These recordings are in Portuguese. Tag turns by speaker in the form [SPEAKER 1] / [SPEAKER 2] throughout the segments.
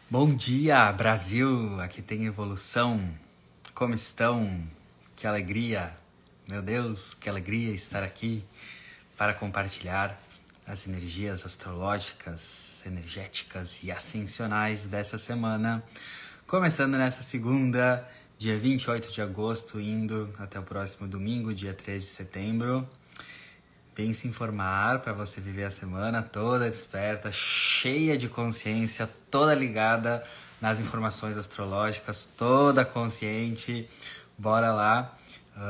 [SPEAKER 1] Bom dia, Brasil! Aqui tem evolução. Como estão? Que alegria! Meu Deus, que alegria estar aqui para compartilhar as energias astrológicas, energéticas e ascensionais dessa semana. Começando nessa segunda, dia 28 de agosto, indo até o próximo domingo, dia 3 de setembro. Vem se informar para você viver a semana toda desperta, cheia de consciência, toda ligada nas informações astrológicas, toda consciente. Bora lá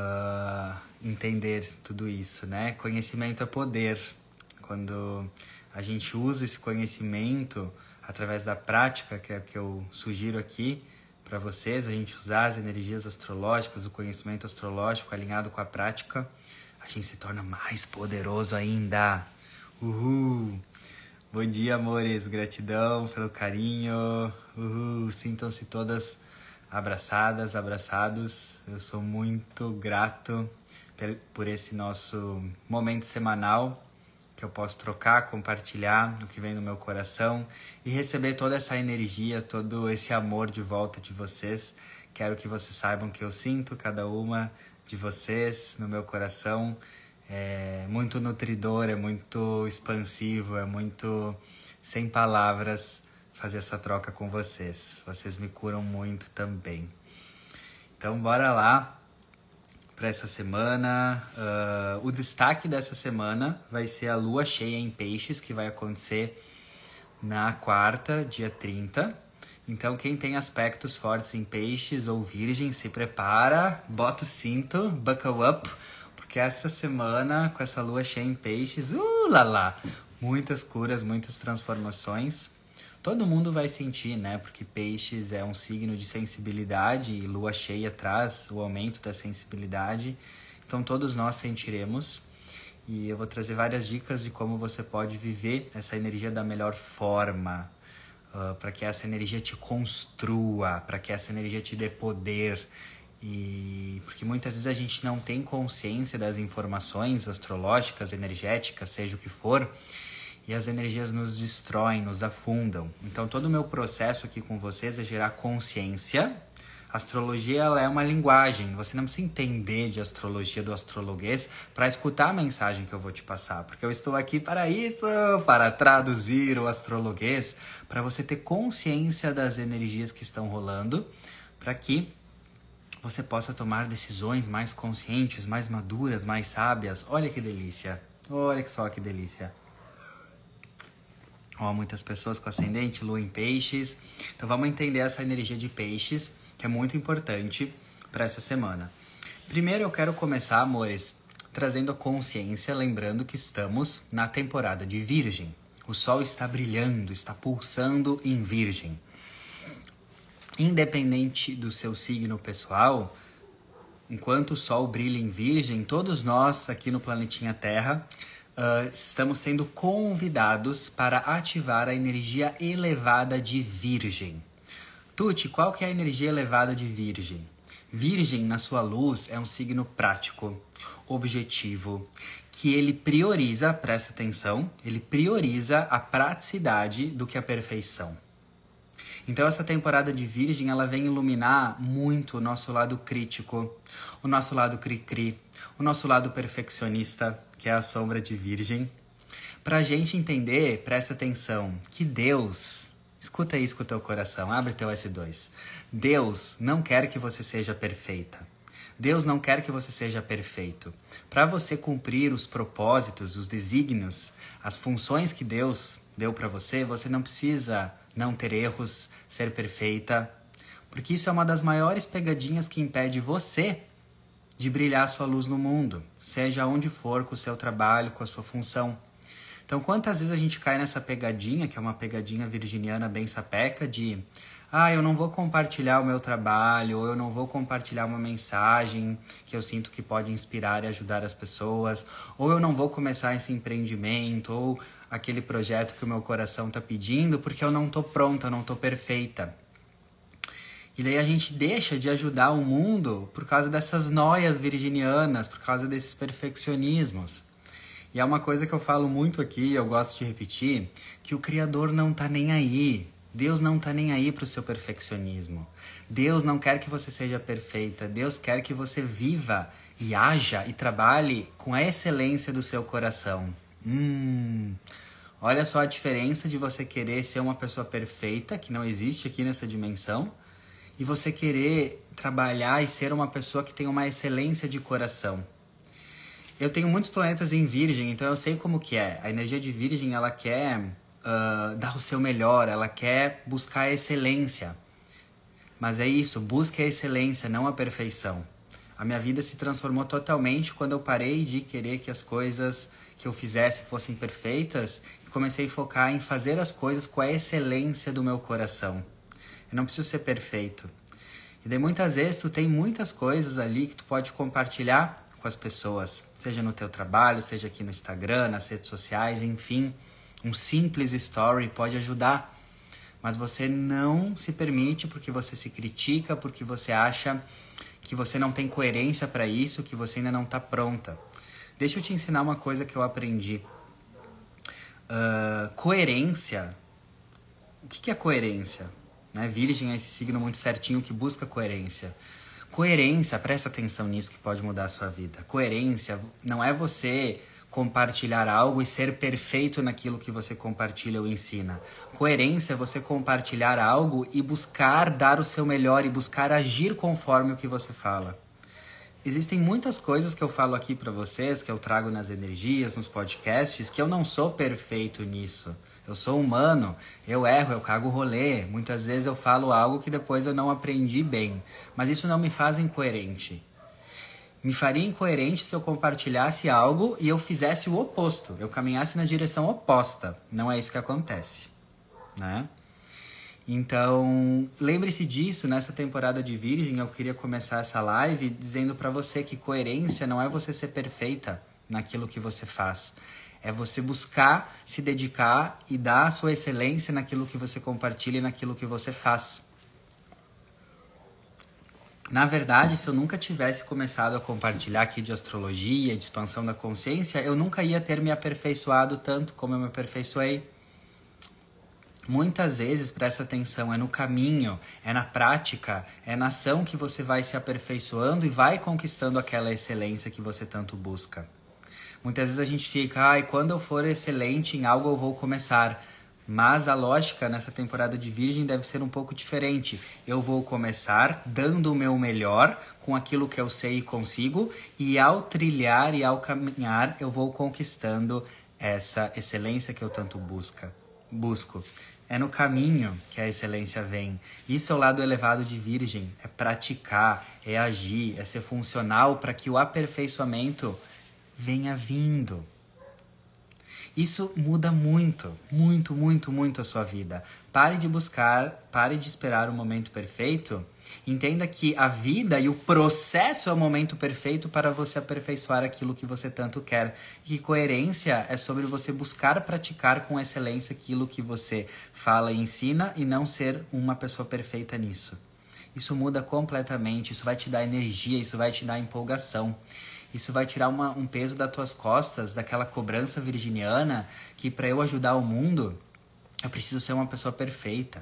[SPEAKER 1] entender tudo isso, né? Conhecimento é poder. Quando a gente usa esse conhecimento através da prática, que é o que eu sugiro aqui para vocês, a gente usar as energias astrológicas, o conhecimento astrológico alinhado com a prática, a gente se torna mais poderoso ainda. Uhul! Bom dia, amores. Gratidão pelo carinho. Uhul! Sintam-se todas abraçadas, abraçados. Eu sou muito grato por esse nosso momento semanal que eu posso trocar, compartilhar o que vem no meu coração e receber toda essa energia, todo esse amor de volta de vocês. Quero que vocês saibam que eu sinto cada uma de vocês no meu coração. É muito nutridor, é muito expansivo, é muito sem palavras fazer essa troca com vocês. Vocês me curam muito também. Então bora lá para essa semana. O destaque dessa semana vai ser a lua cheia em peixes, que vai acontecer na quarta, dia 30. Então, quem tem aspectos fortes em peixes ou virgem, se prepara, bota o cinto, buckle up, porque essa semana, com essa lua cheia em peixes, muitas curas, muitas transformações. Todo mundo vai sentir, né? Porque peixes é um signo de sensibilidade e lua cheia traz o aumento da sensibilidade. Então, todos nós sentiremos. E eu vou trazer várias dicas de como você pode viver essa energia da melhor forma. Para que essa energia te construa, para que essa energia te dê poder. E porque muitas vezes a gente não tem consciência das informações astrológicas, energéticas, seja o que for, e as energias nos destroem, nos afundam. Então todo o meu processo aqui com vocês é gerar consciência. A astrologia, ela é uma linguagem. Você não precisa entender de astrologia, do astrologuês, para escutar a mensagem que eu vou te passar. Porque eu estou aqui para isso, para traduzir o astrologuês, para você ter consciência das energias que estão rolando, para que você possa tomar decisões mais conscientes, mais maduras, mais sábias. Olha que delícia. Olha só que delícia. Muitas pessoas com ascendente, lua em peixes. Então vamos entender essa energia de peixes, que é muito importante para essa semana. Primeiro eu quero começar, amores, trazendo a consciência, lembrando que estamos na temporada de Virgem. O Sol está brilhando, está pulsando em Virgem. Independente do seu signo pessoal, enquanto o Sol brilha em Virgem, todos nós aqui no planetinha Terra estamos sendo convidados para ativar a energia elevada de Virgem. Tuti, qual que é a energia elevada de Virgem? Virgem, na sua luz, é um signo prático, objetivo, que ele prioriza, presta atenção, ele prioriza a praticidade do que a perfeição. Então essa temporada de Virgem, ela vem iluminar muito o nosso lado crítico, o nosso lado cri-cri, o nosso lado perfeccionista, que é a sombra de Virgem. Pra gente entender, presta atenção, que Deus... Escuta isso com o teu coração, abre teu S2. Deus não quer que você seja perfeita. Deus não quer que você seja perfeito. Para você cumprir os propósitos, os desígnios, as funções que Deus deu para você, você não precisa não ter erros, ser perfeita. Porque isso é uma das maiores pegadinhas que impede você de brilhar a sua luz no mundo. Seja onde for, com o seu trabalho, com a sua função. Então, quantas vezes a gente cai nessa pegadinha, que é uma pegadinha virginiana bem sapeca, de eu não vou compartilhar o meu trabalho, ou eu não vou compartilhar uma mensagem que eu sinto que pode inspirar e ajudar as pessoas, ou eu não vou começar esse empreendimento, ou aquele projeto que o meu coração está pedindo, porque eu não estou pronta, eu não estou perfeita. E daí a gente deixa de ajudar o mundo por causa dessas noias virginianas, por causa desses perfeccionismos. E é uma coisa que eu falo muito aqui, eu gosto de repetir, que o Criador não tá nem aí. Deus não tá nem aí pro seu perfeccionismo. Deus não quer que você seja perfeita. Deus quer que você viva e haja e trabalhe com a excelência do seu coração. Olha só a diferença de você querer ser uma pessoa perfeita, que não existe aqui nessa dimensão, e você querer trabalhar e ser uma pessoa que tem uma excelência de coração. Eu tenho muitos planetas em Virgem, então eu sei como que é. A energia de Virgem, ela quer dar o seu melhor, ela quer buscar a excelência. Mas é isso, busque a excelência, não a perfeição. A minha vida se transformou totalmente quando eu parei de querer que as coisas que eu fizesse fossem perfeitas e comecei a focar em fazer as coisas com a excelência do meu coração. Eu não preciso ser perfeito. E daí muitas vezes tu tem muitas coisas ali que tu pode compartilhar com as pessoas, seja no teu trabalho, seja aqui no Instagram, nas redes sociais, enfim, um simples story pode ajudar, mas você não se permite porque você se critica, porque você acha que você não tem coerência para isso, que você ainda não está pronta. Deixa eu te ensinar uma coisa que eu aprendi. Coerência. O que é coerência? Virgem é esse signo muito certinho que busca coerência. Coerência, presta atenção nisso que pode mudar a sua vida. Coerência não é você compartilhar algo e ser perfeito naquilo que você compartilha ou ensina. Coerência é você compartilhar algo e buscar dar o seu melhor e buscar agir conforme o que você fala. Existem muitas coisas que eu falo aqui pra vocês, que eu trago nas energias, nos podcasts, que eu não sou perfeito nisso. Eu sou humano, eu erro, eu cago rolê. Muitas vezes eu falo algo que depois eu não aprendi bem. Mas isso não me faz incoerente. Me faria incoerente se eu compartilhasse algo e eu fizesse o oposto. Eu caminhasse na direção oposta. Não é isso que acontece, né? Então, lembre-se disso. Nessa temporada de Virgem, eu queria começar essa live dizendo pra você que coerência não é você ser perfeita naquilo que você faz. É você buscar se dedicar e dar a sua excelência naquilo que você compartilha e naquilo que você faz. Na verdade, se eu nunca tivesse começado a compartilhar aqui de astrologia, de expansão da consciência, eu nunca ia ter me aperfeiçoado tanto como eu me aperfeiçoei. Muitas vezes, presta atenção, é no caminho, é na prática, é na ação que você vai se aperfeiçoando e vai conquistando aquela excelência que você tanto busca. Muitas vezes a gente fica, quando eu for excelente em algo eu vou começar. Mas a lógica nessa temporada de Virgem deve ser um pouco diferente. Eu vou começar dando o meu melhor com aquilo que eu sei e consigo. E ao trilhar e ao caminhar eu vou conquistando essa excelência que eu tanto busco. É no caminho que a excelência vem. Isso é o lado elevado de Virgem. É praticar, é agir, é ser funcional para que o aperfeiçoamento venha vindo. Isso muda muito, muito, muito, muito a sua vida. Pare de buscar, pare de esperar o momento perfeito. Entenda que a vida e o processo é o momento perfeito para você aperfeiçoar aquilo que você tanto quer. E coerência é sobre você buscar praticar com excelência aquilo que você fala e ensina e não ser uma pessoa perfeita nisso. Isso muda completamente, isso vai te dar energia, isso vai te dar empolgação. Isso vai tirar um peso das tuas costas, daquela cobrança virginiana, que para eu ajudar o mundo, eu preciso ser uma pessoa perfeita.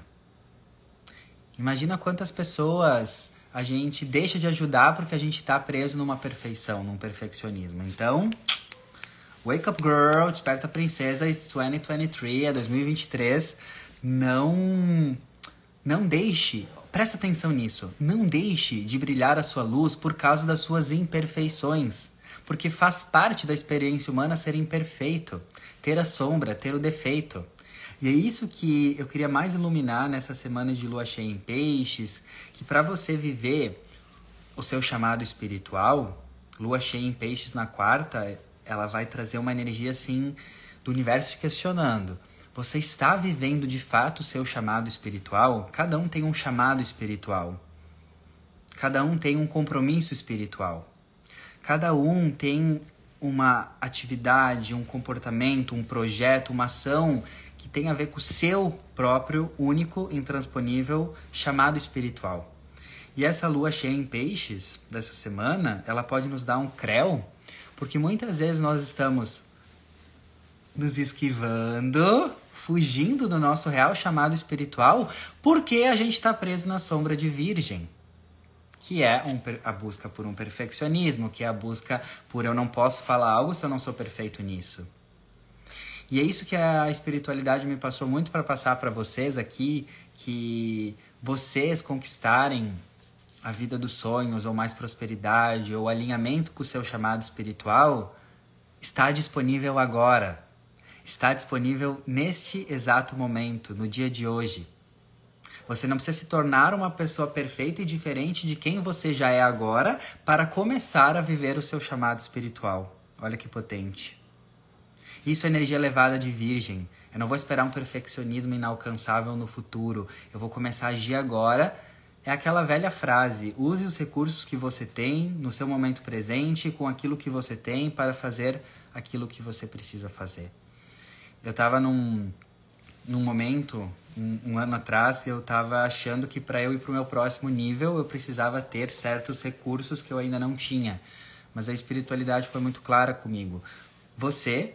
[SPEAKER 1] Imagina quantas pessoas a gente deixa de ajudar porque a gente está preso numa perfeição, num perfeccionismo. Então, wake up girl, desperta princesa, it's 2023, é 2023. Não deixe... Presta atenção nisso. Não deixe de brilhar a sua luz por causa das suas imperfeições. Porque faz parte da experiência humana ser imperfeito. Ter a sombra, ter o defeito. E é isso que eu queria mais iluminar nessa semana de lua cheia em peixes. Que para você viver o seu chamado espiritual, lua cheia em peixes na quarta, ela vai trazer uma energia assim do universo te questionando. Você está vivendo de fato o seu chamado espiritual? Cada um tem um chamado espiritual. Cada um tem um compromisso espiritual. Cada um tem uma atividade, um comportamento, um projeto, uma ação que tem a ver com o seu próprio, único, intransponível chamado espiritual. E essa lua cheia em peixes dessa semana, ela pode nos dar um creu, porque muitas vezes nós estamos nos esquivando, fugindo do nosso real chamado espiritual, porque a gente está preso na sombra de Virgem, que é a busca por um perfeccionismo, que é a busca por eu não posso falar algo se eu não sou perfeito nisso. E é isso que a espiritualidade me passou muito para passar para vocês aqui, que vocês conquistarem a vida dos sonhos, ou mais prosperidade, ou alinhamento com o seu chamado espiritual, está disponível agora. Está disponível neste exato momento, no dia de hoje. Você não precisa se tornar uma pessoa perfeita e diferente de quem você já é agora para começar a viver o seu chamado espiritual. Olha que potente. Isso é energia elevada de Virgem. Eu não vou esperar um perfeccionismo inalcançável no futuro. Eu vou começar a agir agora. É aquela velha frase: use os recursos que você tem no seu momento presente, com aquilo que você tem, para fazer aquilo que você precisa fazer. Eu estava num momento, um ano atrás, eu estava achando que para eu ir para o meu próximo nível, eu precisava ter certos recursos que eu ainda não tinha. Mas a espiritualidade foi muito clara comigo. Você,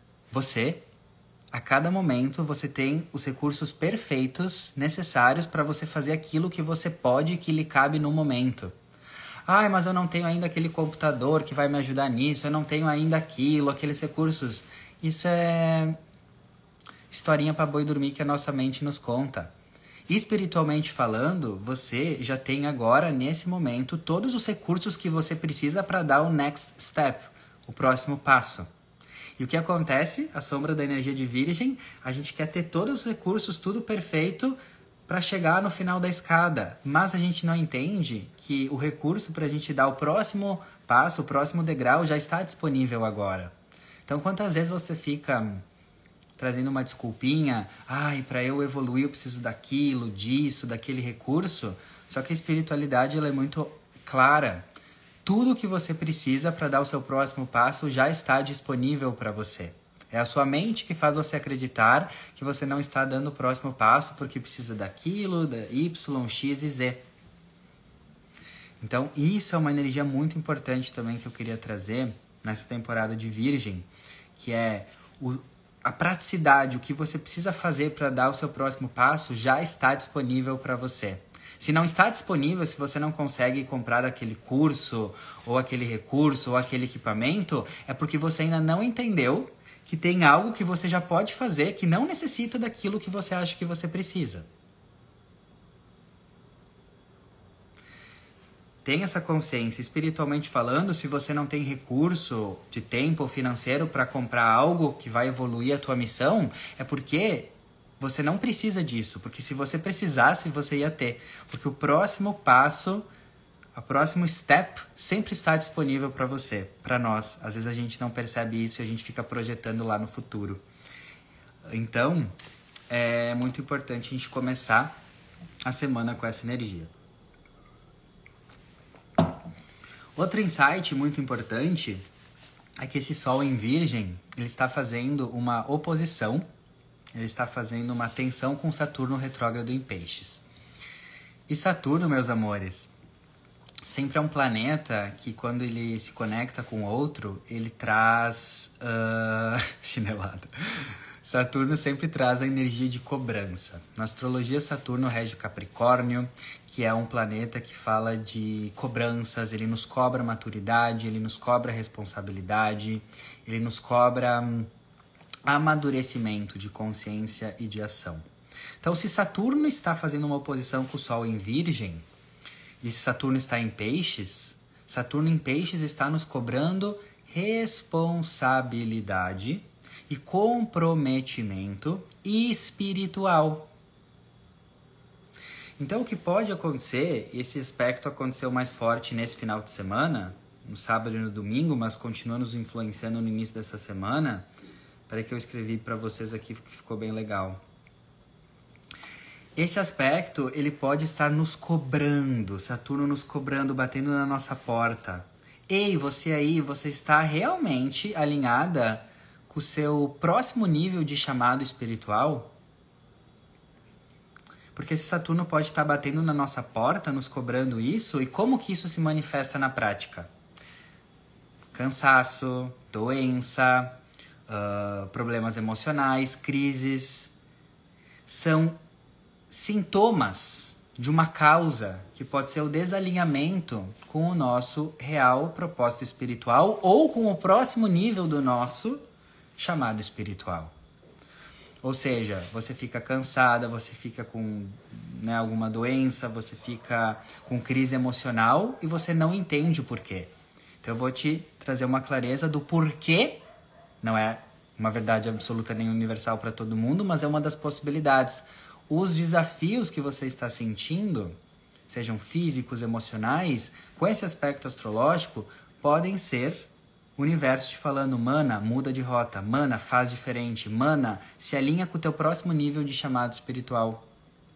[SPEAKER 1] a cada momento, você tem os recursos perfeitos necessários para você fazer aquilo que você pode e que lhe cabe no momento. Ai, mas eu não tenho ainda aquele computador que vai me ajudar nisso, eu não tenho ainda aquilo, aqueles recursos. Isso é historinha para boi dormir que a nossa mente nos conta. Espiritualmente falando, você já tem agora, nesse momento, todos os recursos que você precisa para dar o next step, o próximo passo. E o que acontece? A sombra da energia de Virgem, a gente quer ter todos os recursos, tudo perfeito, para chegar no final da escada. Mas a gente não entende que o recurso para a gente dar o próximo passo, o próximo degrau, já está disponível agora. Então, quantas vezes você fica trazendo uma desculpinha, para eu evoluir eu preciso daquilo, disso, daquele recurso, só que a espiritualidade ela é muito clara. Tudo que você precisa para dar o seu próximo passo já está disponível para você. É a sua mente que faz você acreditar que você não está dando o próximo passo porque precisa daquilo, da Y, X e Z. Então, isso é uma energia muito importante também que eu queria trazer nessa temporada de Virgem, que é a praticidade, o que você precisa fazer para dar o seu próximo passo já está disponível para você. Se não está disponível, se você não consegue comprar aquele curso, ou aquele recurso, ou aquele equipamento, é porque você ainda não entendeu que tem algo que você já pode fazer que não necessita daquilo que você acha que você precisa. Tenha essa consciência. Espiritualmente falando, se você não tem recurso de tempo ou financeiro para comprar algo que vai evoluir a tua missão, é porque você não precisa disso, porque se você precisasse, você ia ter. Porque o próximo passo, o próximo step, sempre está disponível para você, para nós. Às vezes a gente não percebe isso e a gente fica projetando lá no futuro. Então, é muito importante a gente começar a semana com essa energia. Outro insight muito importante é que esse Sol em Virgem, ele está fazendo uma oposição. Ele está fazendo uma tensão com Saturno retrógrado em Peixes. E Saturno, meus amores, sempre é um planeta que quando ele se conecta com outro, ele traz... chinelada. Saturno sempre traz a energia de cobrança. Na astrologia, Saturno rege Capricórnio, que é um planeta que fala de cobranças. Ele nos cobra maturidade, ele nos cobra responsabilidade, ele nos cobra amadurecimento de consciência e de ação. Então, se Saturno está fazendo uma oposição com o Sol em Virgem, e se Saturno está em Peixes, Saturno em Peixes está nos cobrando responsabilidade e comprometimento espiritual. Então, o que pode acontecer, esse aspecto aconteceu mais forte nesse final de semana, no sábado e no domingo, mas continua nos influenciando no início dessa semana. Peraí que eu escrevi para vocês aqui que ficou bem legal. Esse aspecto, ele pode estar nos cobrando, Saturno nos cobrando, batendo na nossa porta. Ei, você aí, você está realmente alinhada com o seu próximo nível de chamado espiritual? Porque esse Saturno pode estar batendo na nossa porta, nos cobrando isso, e como que isso se manifesta na prática? Cansaço, doença, problemas emocionais, crises, são sintomas de uma causa que pode ser o desalinhamento com o nosso real propósito espiritual ou com o próximo nível do nosso chamado espiritual. Ou seja, você fica cansada, você fica com alguma doença, você fica com crise emocional e você não entende o porquê. Então eu vou te trazer uma clareza do porquê. Não é uma verdade absoluta nem universal para todo mundo, mas é uma das possibilidades. Os desafios que você está sentindo, sejam físicos, emocionais, com esse aspecto astrológico, podem ser o universo te falando: mana, muda de rota, mana, faz diferente, mana, se alinha com o teu próximo nível de chamado espiritual.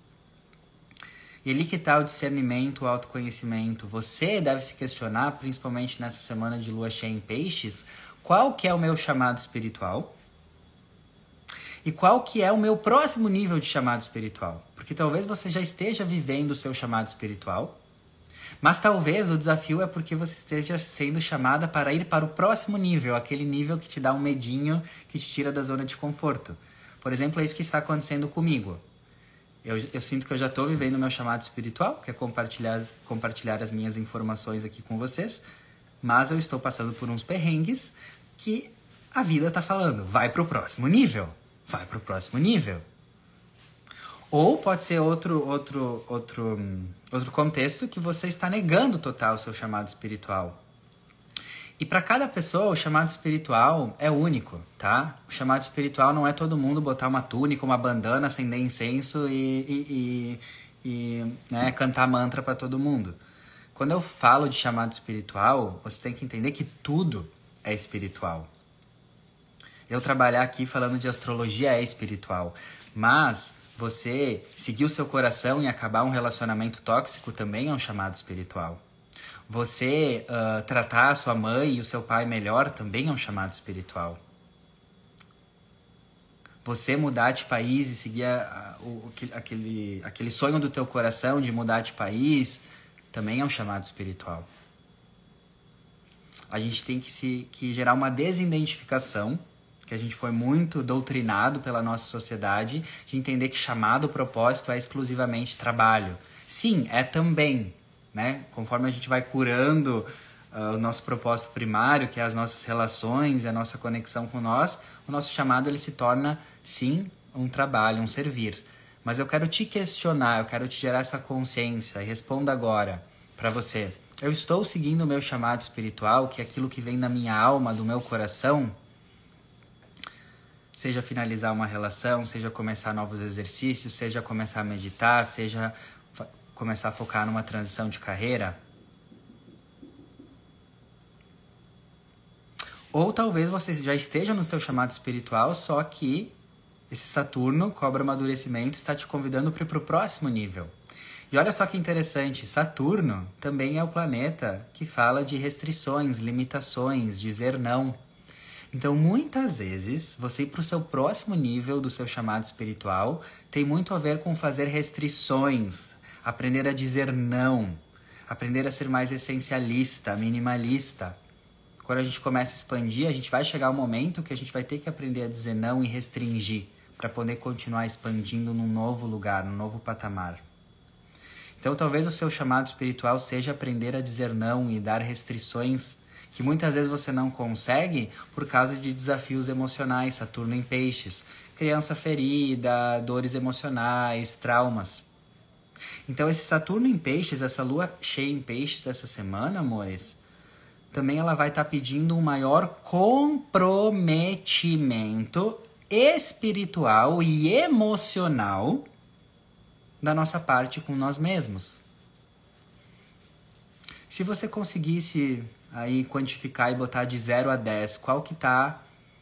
[SPEAKER 1] E ali que está o discernimento, o autoconhecimento. Você deve se questionar, principalmente nessa semana de lua cheia em peixes, qual que é o meu chamado espiritual e qual que é o meu próximo nível de chamado espiritual. Porque talvez você já esteja vivendo o seu chamado espiritual, mas talvez o desafio é porque você esteja sendo chamada para ir para o próximo nível, aquele nível que te dá um medinho, que te tira da zona de conforto. Por exemplo, é isso que está acontecendo comigo. Eu sinto que eu já estou vivendo o meu chamado espiritual, que é compartilhar as minhas informações aqui com vocês, mas eu estou passando por uns perrengues que a vida está falando: vai para o próximo nível, vai para o próximo nível. Ou pode ser outro contexto que você está negando total o seu chamado espiritual. E para cada pessoa, o chamado espiritual é único, tá? O chamado espiritual não é todo mundo botar uma túnica, uma bandana, acender incenso e cantar mantra para todo mundo. Quando eu falo de chamado espiritual, você tem que entender que tudo é espiritual. Eu trabalhar aqui falando de astrologia é espiritual, mas você seguir o seu coração e acabar um relacionamento tóxico também é um chamado espiritual. Você tratar a sua mãe e o seu pai melhor também é um chamado espiritual. Você mudar de país e seguir aquele sonho do teu coração de mudar de país também é um chamado espiritual. A gente tem que gerar uma desidentificação, que a gente foi muito doutrinado pela nossa sociedade, de entender que chamado, propósito é exclusivamente trabalho. Sim, é também, né? Conforme a gente vai curando o nosso propósito primário, que é as nossas relações e a nossa conexão com nós, o nosso chamado ele se torna, sim, um trabalho, um servir. Mas eu quero te questionar, eu quero te gerar essa consciência, e responda agora para você: eu estou seguindo o meu chamado espiritual, que é aquilo que vem da minha alma, do meu coração? Seja finalizar uma relação, seja começar novos exercícios, seja começar a meditar, seja começar a focar numa transição de carreira. Ou talvez você já esteja no seu chamado espiritual, só que esse Saturno, cobra amadurecimento, está te convidando para ir para o próximo nível. E olha só que interessante, Saturno também é o planeta que fala de restrições, limitações, dizer não. Então, muitas vezes, você ir para o seu próximo nível do seu chamado espiritual tem muito a ver com fazer restrições, aprender a dizer não, aprender a ser mais essencialista, minimalista. Quando a gente começa a expandir, a gente vai chegar um momento que a gente vai ter que aprender a dizer não e restringir para poder continuar expandindo num novo lugar, num novo patamar. Então, talvez o seu chamado espiritual seja aprender a dizer não e dar restrições que muitas vezes você não consegue por causa de desafios emocionais, Saturno em peixes, criança ferida, dores emocionais, traumas. Então esse Saturno em peixes, essa lua cheia em peixes dessa semana, amores, também ela vai estar pedindo um maior comprometimento espiritual e emocional da nossa parte com nós mesmos. Se você conseguisse aí quantificar e botar de 0 a 10, qual que é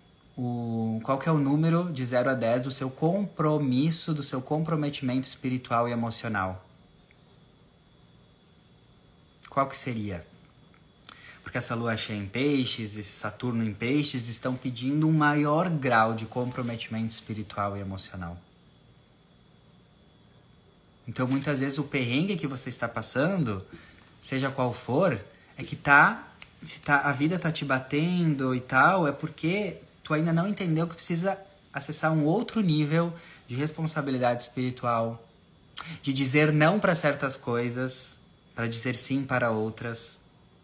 [SPEAKER 1] o número de 0 a 10 do seu compromisso, do seu comprometimento espiritual e emocional? Qual que seria? Porque essa lua cheia em peixes, esse Saturno em peixes estão pedindo um maior grau de comprometimento espiritual e emocional. Então muitas vezes o perrengue que você está passando, seja qual for, é que a vida tá te batendo e tal, é porque tu ainda não entendeu que precisa acessar um outro nível de responsabilidade espiritual, de dizer não para certas coisas, para dizer sim para outras.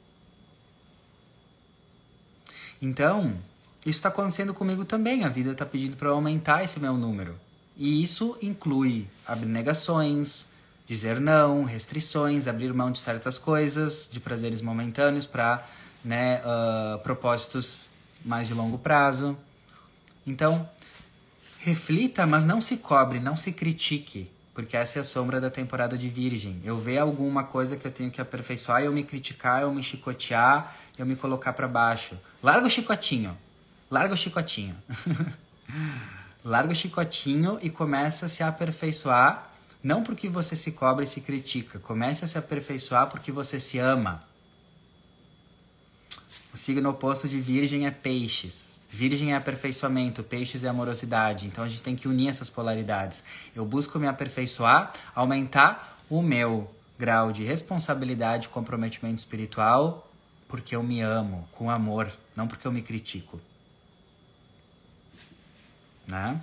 [SPEAKER 1] Então, isso está acontecendo comigo também. A vida está pedindo para eu aumentar esse meu número. E isso inclui abnegações, dizer não, restrições, abrir mão de certas coisas, de prazeres momentâneos para propósitos mais de longo prazo. Então, reflita, mas não se cobre, não se critique, porque essa é a sombra da temporada de Virgem. Eu ver alguma coisa que eu tenho que aperfeiçoar, eu me criticar, eu me chicotear, eu me colocar para baixo. Larga o chicotinho. Larga o chicotinho. Larga o chicotinho e começa a se aperfeiçoar, não porque você se cobra e se critica. Comece a se aperfeiçoar porque você se ama. O signo oposto de Virgem é Peixes. Virgem é aperfeiçoamento, Peixes é amorosidade. Então a gente tem que unir essas polaridades. Eu busco me aperfeiçoar, aumentar o meu grau de responsabilidade e comprometimento espiritual, porque eu me amo, com amor, não porque eu me critico. Né?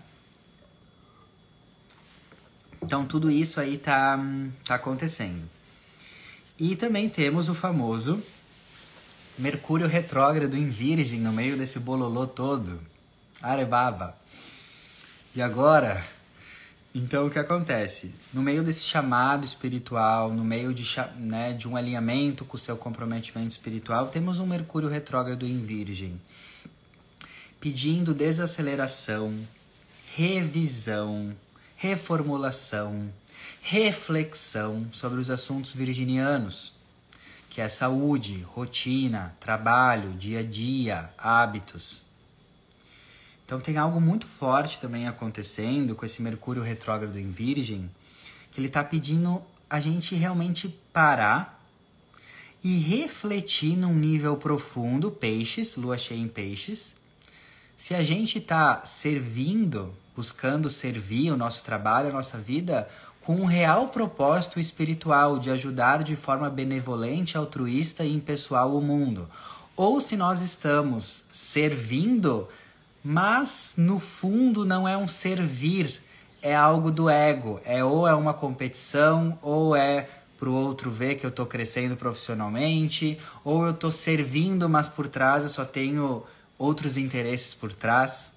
[SPEAKER 1] Então tudo isso aí tá acontecendo. E também temos o famoso Mercúrio retrógrado em Virgem no meio desse bololô todo. Arebaba. E agora, então o que acontece? No meio desse chamado espiritual, no meio de um alinhamento com o seu comprometimento espiritual, temos um Mercúrio retrógrado em Virgem, pedindo desaceleração, revisão, reformulação, reflexão sobre os assuntos virginianos, que é saúde, rotina, trabalho, dia a dia, hábitos. Então tem algo muito forte também acontecendo com esse Mercúrio retrógrado em Virgem, que ele está pedindo a gente realmente parar e refletir num nível profundo, Peixes, lua cheia em Peixes, se a gente está servindo, buscando servir o nosso trabalho, a nossa vida, com um real propósito espiritual de ajudar de forma benevolente, altruísta e impessoal o mundo. Ou se nós estamos servindo, mas no fundo não é um servir, é algo do ego. Ou é uma competição, ou é pro outro ver que eu estou crescendo profissionalmente, ou eu estou servindo, mas por trás eu só tenho outros interesses por trás.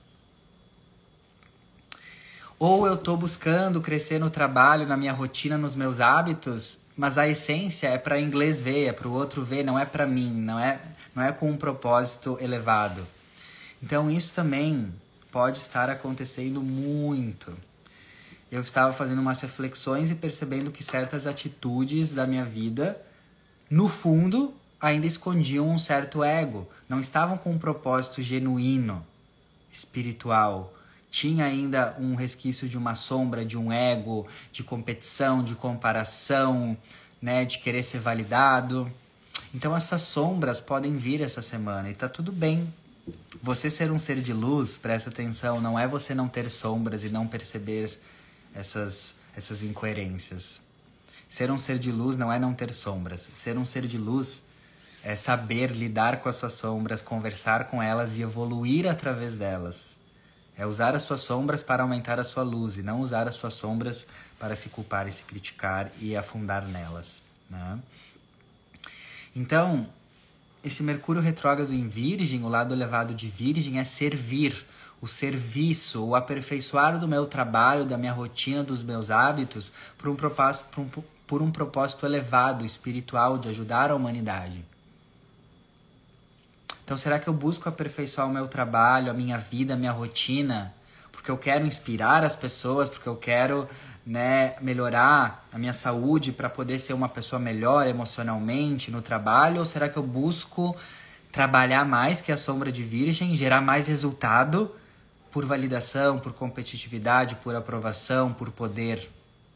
[SPEAKER 1] Ou eu estou buscando crescer no trabalho, na minha rotina, nos meus hábitos, mas a essência é para inglês ver, é para o outro ver, não é para mim, não é com um propósito elevado. Então isso também pode estar acontecendo muito. Eu estava fazendo umas reflexões e percebendo que certas atitudes da minha vida, no fundo, ainda escondiam um certo ego, não estavam com um propósito genuíno, espiritual. Tinha ainda um resquício de uma sombra, de um ego, de competição, de comparação, de querer ser validado. Então essas sombras podem vir essa semana e tá tudo bem. Você ser um ser de luz, presta atenção, não é você não ter sombras e não perceber essas incoerências. Ser um ser de luz não é não ter sombras. Ser um ser de luz é saber lidar com as suas sombras, conversar com elas e evoluir através delas. É usar as suas sombras para aumentar a sua luz e não usar as suas sombras para se culpar e se criticar e afundar nelas. Né? Então, esse Mercúrio retrógrado em Virgem, o lado elevado de Virgem é servir, o serviço, o aperfeiçoar do meu trabalho, da minha rotina, dos meus hábitos por um propósito elevado, espiritual, de ajudar a humanidade. Então, será que eu busco aperfeiçoar o meu trabalho, a minha vida, a minha rotina, porque eu quero inspirar as pessoas, porque eu quero melhorar a minha saúde para poder ser uma pessoa melhor emocionalmente no trabalho? Ou será que eu busco trabalhar mais que a sombra de Virgem, gerar mais resultado por validação, por competitividade, por aprovação, por poder?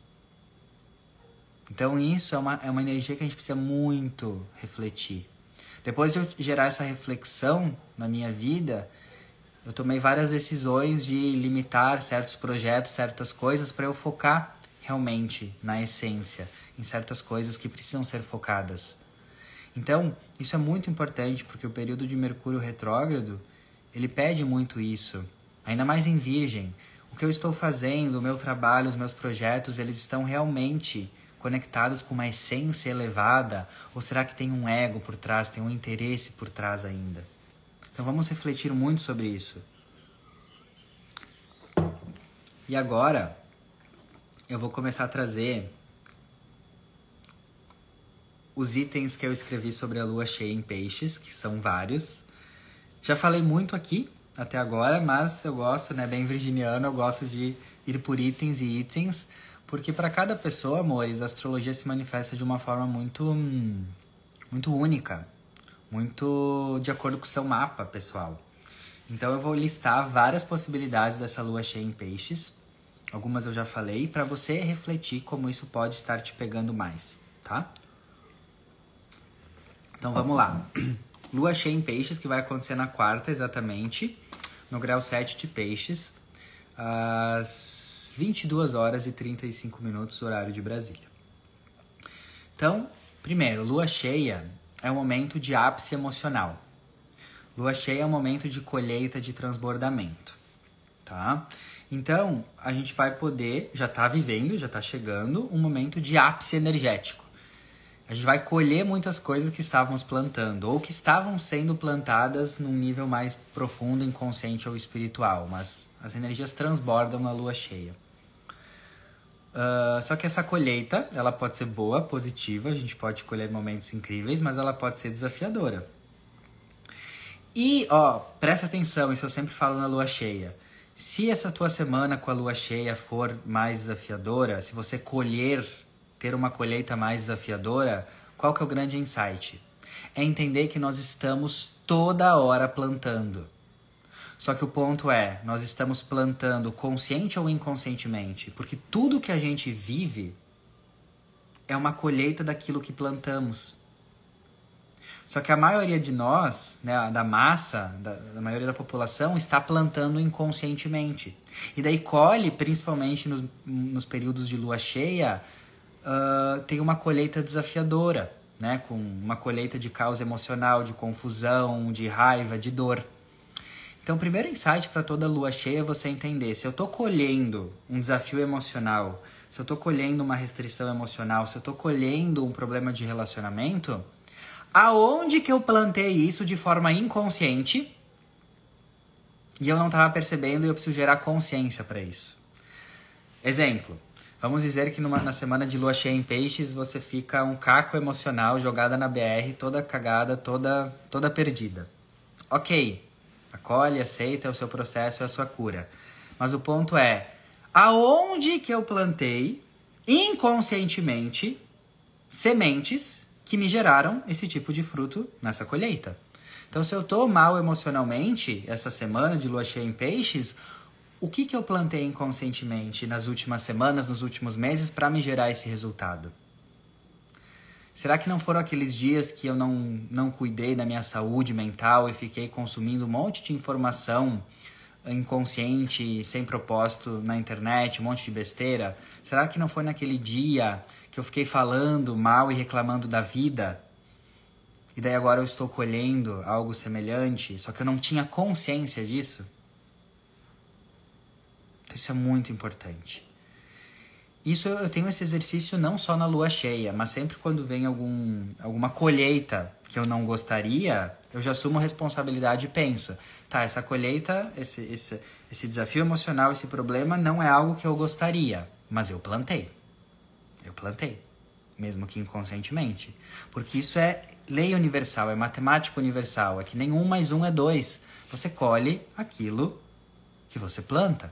[SPEAKER 1] Então, isso é uma energia que a gente precisa muito refletir. Depois de eu gerar essa reflexão na minha vida, eu tomei várias decisões de limitar certos projetos, certas coisas, para eu focar realmente na essência, em certas coisas que precisam ser focadas. Então, isso é muito importante, porque o período de Mercúrio retrógrado, ele pede muito isso. ainda mais em Virgem. O que eu estou fazendo, o meu trabalho, os meus projetos, eles estão realmente conectados com uma essência elevada? Ou será que tem um ego por trás, tem um interesse por trás ainda? Então vamos refletir muito sobre isso. E agora, eu vou começar a trazer os itens que eu escrevi sobre a lua cheia em peixes, que são vários. Já falei muito aqui até agora, mas eu gosto, né, bem virginiano, eu gosto de ir por itens e itens, porque para cada pessoa, amores, a astrologia se manifesta de uma forma muito única, muito de acordo com o seu mapa pessoal. Então eu vou listar várias possibilidades dessa lua cheia em peixes, algumas eu já falei, para você refletir como isso pode estar te pegando mais, tá? Então vamos lá. Lua cheia em peixes, que vai acontecer na quarta exatamente, no grau 7 de peixes, às 22 horas e 35 minutos, horário de Brasília. Então, primeiro, lua cheia é um momento de ápice emocional. Lua cheia é um momento de colheita, de transbordamento, tá? Então, a gente vai poder, já tá vivendo, já tá chegando, um momento de ápice energético. A gente vai colher muitas coisas que estávamos plantando, ou que estavam sendo plantadas num nível mais profundo, inconsciente ou espiritual, mas as energias transbordam na lua cheia. Só que essa colheita, ela pode ser boa, positiva, a gente pode colher momentos incríveis, mas ela pode ser desafiadora. E, presta atenção, isso eu sempre falo na lua cheia. Se essa tua semana com a lua cheia for mais desafiadora, se você ter uma colheita mais desafiadora, qual que é o grande insight? É entender que nós estamos toda hora plantando. Só que o ponto é, nós estamos plantando consciente ou inconscientemente, porque tudo que a gente vive é uma colheita daquilo que plantamos. Só que a maioria de nós, né, da massa, da maioria da população, está plantando inconscientemente. E daí colhe, principalmente nos períodos de lua cheia, tem uma colheita desafiadora, né, com uma colheita de caos emocional, de confusão, de raiva, de dor. Então, o primeiro insight para toda lua cheia é você entender, se eu estou colhendo um desafio emocional, se eu estou colhendo uma restrição emocional, se eu estou colhendo um problema de relacionamento, aonde que eu plantei isso de forma inconsciente e eu não estava percebendo e eu preciso gerar consciência para isso. Exemplo, vamos dizer que na semana de lua cheia em peixes você fica um caco emocional jogada na BR, toda cagada, toda perdida. Ok, acolhe, aceita, é o seu processo, é a sua cura. Mas o ponto é, aonde que eu plantei inconscientemente sementes que me geraram esse tipo de fruto nessa colheita? Então, se eu tô mal emocionalmente essa semana de lua cheia em peixes, o que eu plantei inconscientemente nas últimas semanas, nos últimos meses, para me gerar esse resultado? Será que não foram aqueles dias que eu não cuidei da minha saúde mental e fiquei consumindo um monte de informação inconsciente, sem propósito na internet, um monte de besteira? Será que não foi naquele dia que eu fiquei falando mal e reclamando da vida? E daí agora eu estou colhendo algo semelhante, só que eu não tinha consciência disso? Então isso é muito importante. Isso eu tenho esse exercício não só na lua cheia, mas sempre quando vem alguma colheita que eu não gostaria, eu já assumo a responsabilidade e penso, tá, essa colheita, esse desafio emocional, esse problema não é algo que eu gostaria, mas eu plantei. Eu plantei, mesmo que inconscientemente. Porque isso é lei universal, é matemática universal, é que nem 1 mais 1 é 2. Você colhe aquilo que você planta.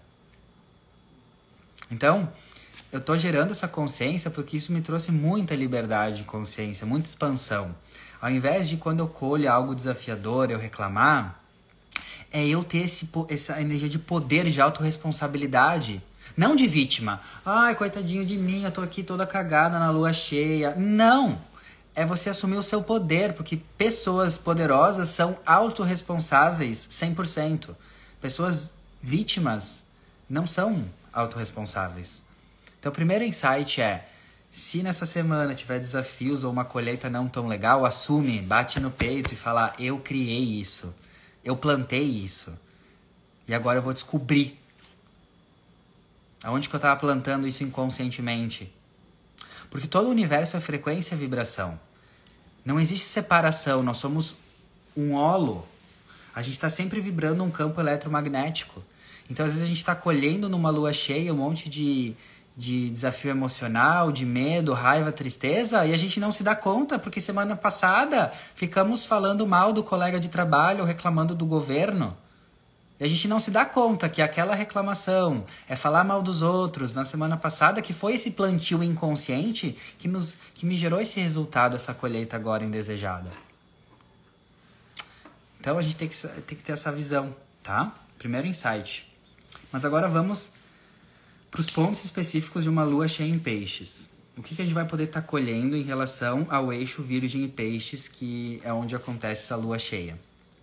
[SPEAKER 1] Então, eu tô gerando essa consciência porque isso me trouxe muita liberdade de consciência, muita expansão. Ao invés de quando eu colho algo desafiador, eu reclamar, é eu ter essa energia de poder, de autorresponsabilidade. Não de vítima. Ai, coitadinho de mim, eu tô aqui toda cagada na lua cheia. Não! É você assumir o seu poder, porque pessoas poderosas são autorresponsáveis 100%. Pessoas vítimas não são autorresponsáveis. Então, o primeiro insight é, se nessa semana tiver desafios ou uma colheita não tão legal, assume, bate no peito e fala, eu criei isso, eu plantei isso. E agora eu vou descobrir aonde que eu estava plantando isso inconscientemente. Porque todo o universo é frequência e vibração. Não existe separação, nós somos um holo. A gente está sempre vibrando um campo eletromagnético. Então, às vezes, a gente está colhendo numa lua cheia um monte de desafio emocional, de medo, raiva, tristeza, e a gente não se dá conta, porque semana passada ficamos falando mal do colega de trabalho, reclamando do governo. E a gente não se dá conta que aquela reclamação é falar mal dos outros na semana passada, que foi esse plantio inconsciente que me gerou esse resultado, essa colheita agora indesejada. Então a gente tem que ter essa visão, tá? Primeiro insight. Mas agora vamos para os pontos específicos de uma lua cheia em peixes. O que a gente vai poder estar colhendo em relação ao eixo Virgem e Peixes, que é onde acontece essa lua cheia?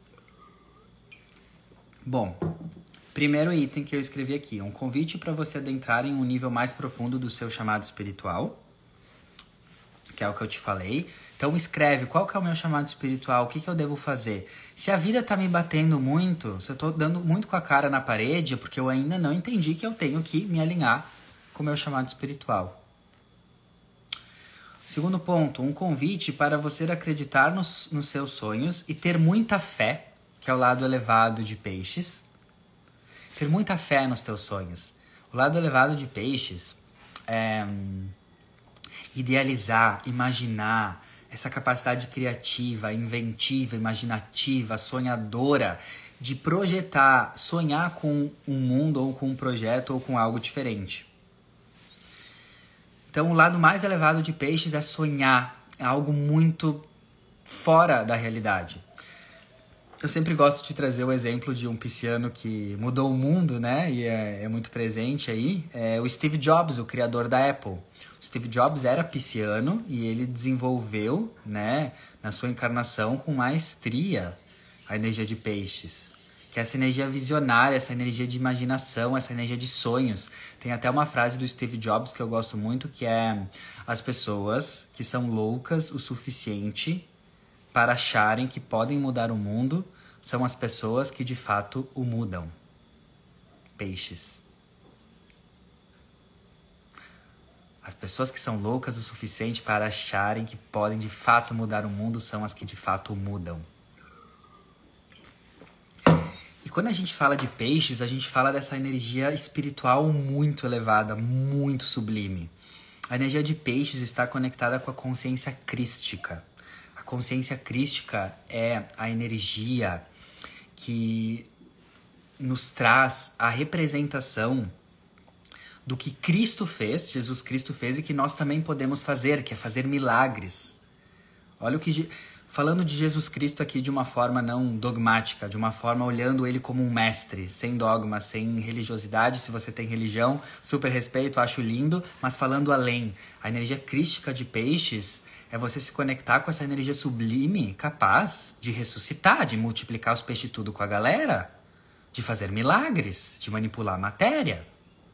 [SPEAKER 1] Bom, primeiro item que eu escrevi aqui, um convite para você adentrar em um nível mais profundo do seu chamado espiritual, que é o que eu te falei. Então escreve, qual que é o meu chamado espiritual, o que eu devo fazer? Se a vida tá me batendo muito, se eu tô dando muito com a cara na parede, é porque eu ainda não entendi que eu tenho que me alinhar com o meu chamado espiritual. Segundo ponto, um convite para você acreditar nos seus sonhos e ter muita fé, que é o lado elevado de Peixes. Ter muita fé nos teus sonhos. O lado elevado de Peixes é idealizar, imaginar, essa capacidade criativa, inventiva, imaginativa, sonhadora, de projetar, sonhar com um mundo ou com um projeto ou com algo diferente. Então, o lado mais elevado de Peixes é sonhar, é algo muito fora da realidade. Eu sempre gosto de trazer o exemplo de um pisciano que mudou o mundo, né? E é muito presente aí. É o Steve Jobs, o criador da Apple. O Steve Jobs era pisciano e ele desenvolveu, né, na sua encarnação com maestria a energia de Peixes. Que é essa energia visionária, essa energia de imaginação, essa energia de sonhos. Tem até uma frase do Steve Jobs que eu gosto muito, que é: as pessoas que são loucas o suficiente para acharem que podem mudar o mundo são as pessoas que de fato o mudam. Peixes. As pessoas que são loucas o suficiente para acharem que podem de fato mudar o mundo são as que de fato o mudam. E quando a gente fala de Peixes, a gente fala dessa energia espiritual muito elevada, muito sublime. A energia de Peixes está conectada com a consciência crística. A consciência crística é a energia que nos traz a representação do que Cristo fez, Jesus Cristo fez, e que nós também podemos fazer, que é fazer milagres. Olha o que... Falando de Jesus Cristo aqui de uma forma não dogmática, de uma forma olhando ele como um mestre, sem dogma, sem religiosidade. Se você tem religião, super respeito, acho lindo, mas falando além. A energia crística de Peixes é você se conectar com essa energia sublime, capaz de ressuscitar, de multiplicar os peixes tudo com a galera, de fazer milagres, de manipular a matéria.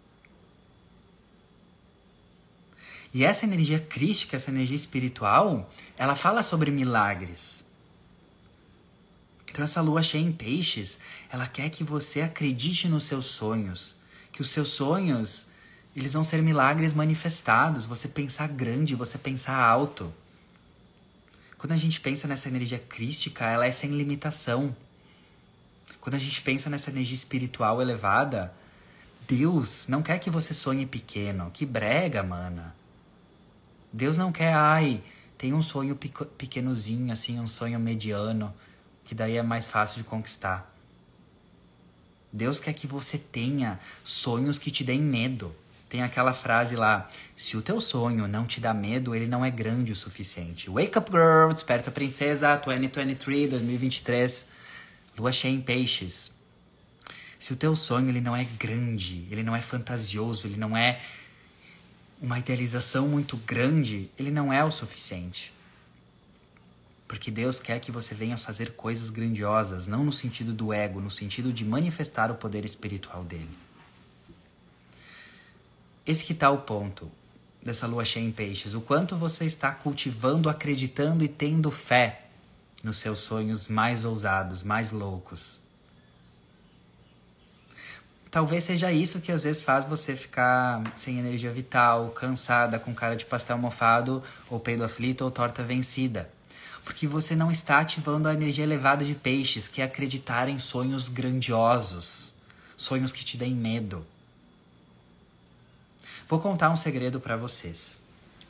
[SPEAKER 1] E essa energia crística, essa energia espiritual, ela fala sobre milagres. Então essa lua cheia em Peixes, ela quer que você acredite nos seus sonhos. Que os seus sonhos, eles vão ser milagres manifestados. Você pensar grande, você pensar alto. Quando a gente pensa nessa energia crística, ela é sem limitação. Quando a gente pensa nessa energia espiritual elevada, Deus não quer que você sonhe pequeno. Que brega, mana. Deus não quer, tem um sonho pequenozinho, assim, um sonho mediano, que daí é mais fácil de conquistar. Deus quer que você tenha sonhos que te deem medo. Tem aquela frase lá: se o teu sonho não te dá medo, ele não é grande o suficiente. Wake up, girl, desperta, princesa, 2023, 2023, lua cheia em Peixes. Se o teu sonho ele não é grande, ele não é fantasioso, ele não é uma idealização muito grande, ele não é o suficiente. Porque Deus quer que você venha fazer coisas grandiosas, não no sentido do ego, no sentido de manifestar o poder espiritual dele. Esse que está o ponto dessa lua cheia em Peixes. O quanto você está cultivando, acreditando e tendo fé nos seus sonhos mais ousados, mais loucos. talvez seja isso que às vezes faz você ficar sem energia vital, cansada, com cara de pastel mofado, ou peido aflito, ou torta vencida. Porque você não está ativando a energia elevada de peixes, que é acreditar em sonhos grandiosos. Sonhos que te deem medo. Vou contar um segredo para vocês.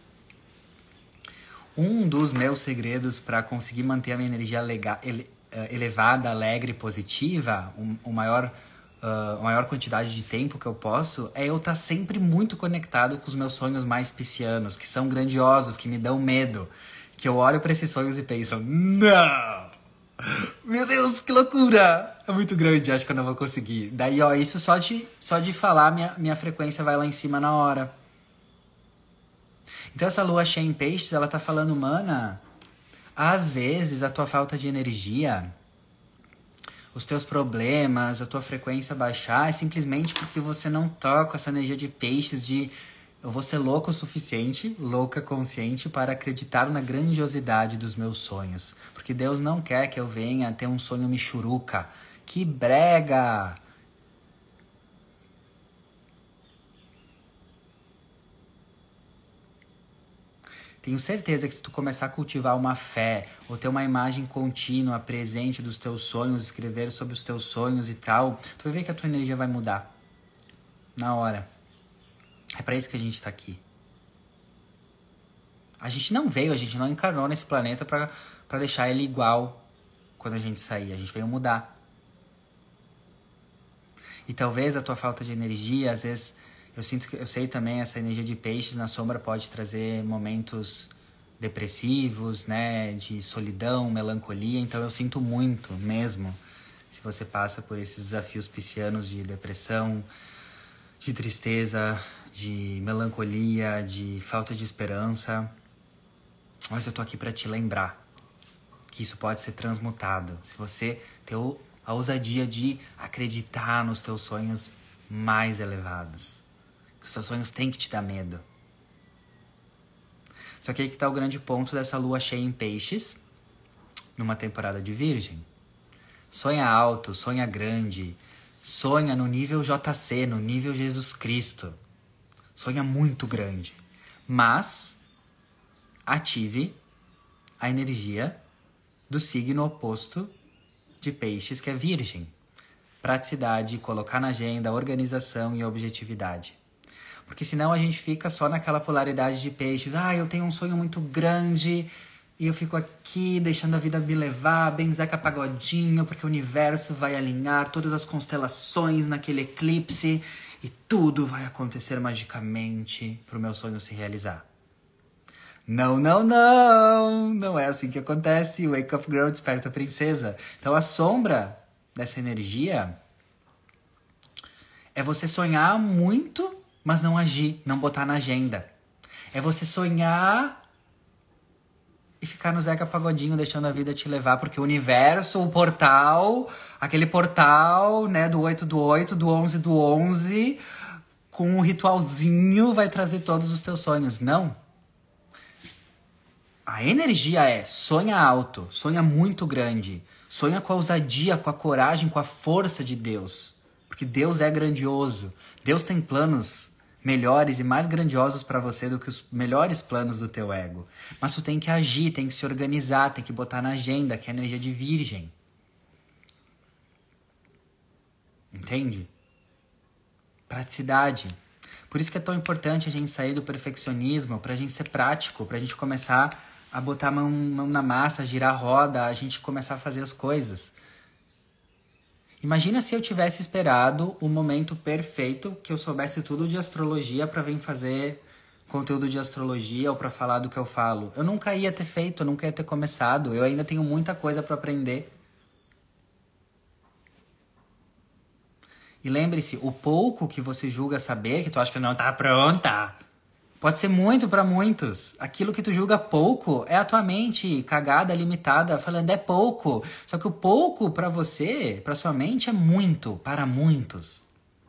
[SPEAKER 1] Um dos meus segredos para conseguir manter a minha energia elevada, alegre e positiva, a maior quantidade de tempo que eu posso, é eu estar sempre muito conectado com os meus sonhos mais piscianos, que são grandiosos, que me dão medo. Que eu olho para esses sonhos e penso, não! Meu Deus, que loucura! É muito grande, acho que eu não vou conseguir. Daí, ó, isso só de falar, minha frequência vai lá em cima na hora. Então essa lua cheia em peixes, ela tá falando, mana, às vezes a tua falta de energia, os teus problemas, a tua frequência baixar, é simplesmente porque você não tá com essa energia de peixes de eu vou ser louco o suficiente, louca consciente, para acreditar na grandiosidade dos meus sonhos. Porque Deus não quer que eu venha ter um sonho michuruca. Que brega! Tenho certeza que se tu começar a cultivar uma fé, ou ter uma imagem contínua, presente dos teus sonhos, escrever sobre os teus sonhos e tal, tu vai ver que a tua energia vai mudar. Na hora. É pra isso que a gente tá aqui. A gente não encarnou nesse planeta pra deixar ele igual quando a gente sair. A gente veio mudar. E talvez a tua falta de energia, às vezes, eu sei também, essa energia de peixes na sombra pode trazer momentos depressivos, né, de solidão, melancolia. Então eu sinto muito mesmo se você passa por esses desafios piscianos de depressão, de tristeza, de melancolia, de falta de esperança. Mas eu tô aqui pra te lembrar que isso pode ser transmutado. Se você ter a ousadia de acreditar nos teus sonhos mais elevados. Os teus sonhos têm que te dar medo. Só que aí que tá o grande ponto dessa lua cheia em peixes, numa temporada de Virgem. Sonha alto, sonha grande, sonha no nível JC, no nível Jesus Cristo. Sonha muito grande. Mas ative a energia do signo oposto de peixes, que é Virgem. Praticidade, colocar na agenda, organização e objetividade. Porque senão a gente fica só naquela polaridade de peixes. Eu tenho um sonho muito grande e eu fico aqui deixando a vida me levar, bem Zeca Pagodinho, porque o universo vai alinhar todas as constelações naquele eclipse e tudo vai acontecer magicamente pro meu sonho se realizar. Não, não, não! Não é assim que acontece. Wake up girl, desperta princesa. Então a sombra dessa energia é você sonhar muito, mas não agir, não botar na agenda. É você sonhar e ficar no Zeca Pagodinho, deixando a vida te levar, porque o universo, o portal, aquele portal, né, do 8 do 8, do 11 do 11, com um ritualzinho vai trazer todos os teus sonhos. Não. A energia é sonha alto, sonha muito grande, sonha com a ousadia, com a coragem, com a força de Deus. Porque Deus é grandioso. Deus tem planos melhores e mais grandiosos para você do que os melhores planos do teu ego. Mas tu tem que agir, tem que se organizar, tem que botar na agenda, que é a energia de Virgem. Entende? Praticidade. Por isso que é tão importante a gente sair do perfeccionismo, pra gente ser prático, pra gente começar a botar a mão na massa, girar a roda, a gente começar a fazer as coisas. Imagina se eu tivesse esperado o momento perfeito, que eu soubesse tudo de astrologia pra vir fazer conteúdo de astrologia ou pra falar do que eu falo. Eu nunca ia ter feito, eu nunca ia ter começado. Eu ainda tenho muita coisa pra aprender. E lembre-se, o pouco que você julga saber, que tu acha que não tá pronta, pode ser muito pra muitos. Aquilo que tu julga pouco é a tua mente cagada, limitada, falando é pouco. Só que o pouco pra você, pra sua mente, é muito para muitos.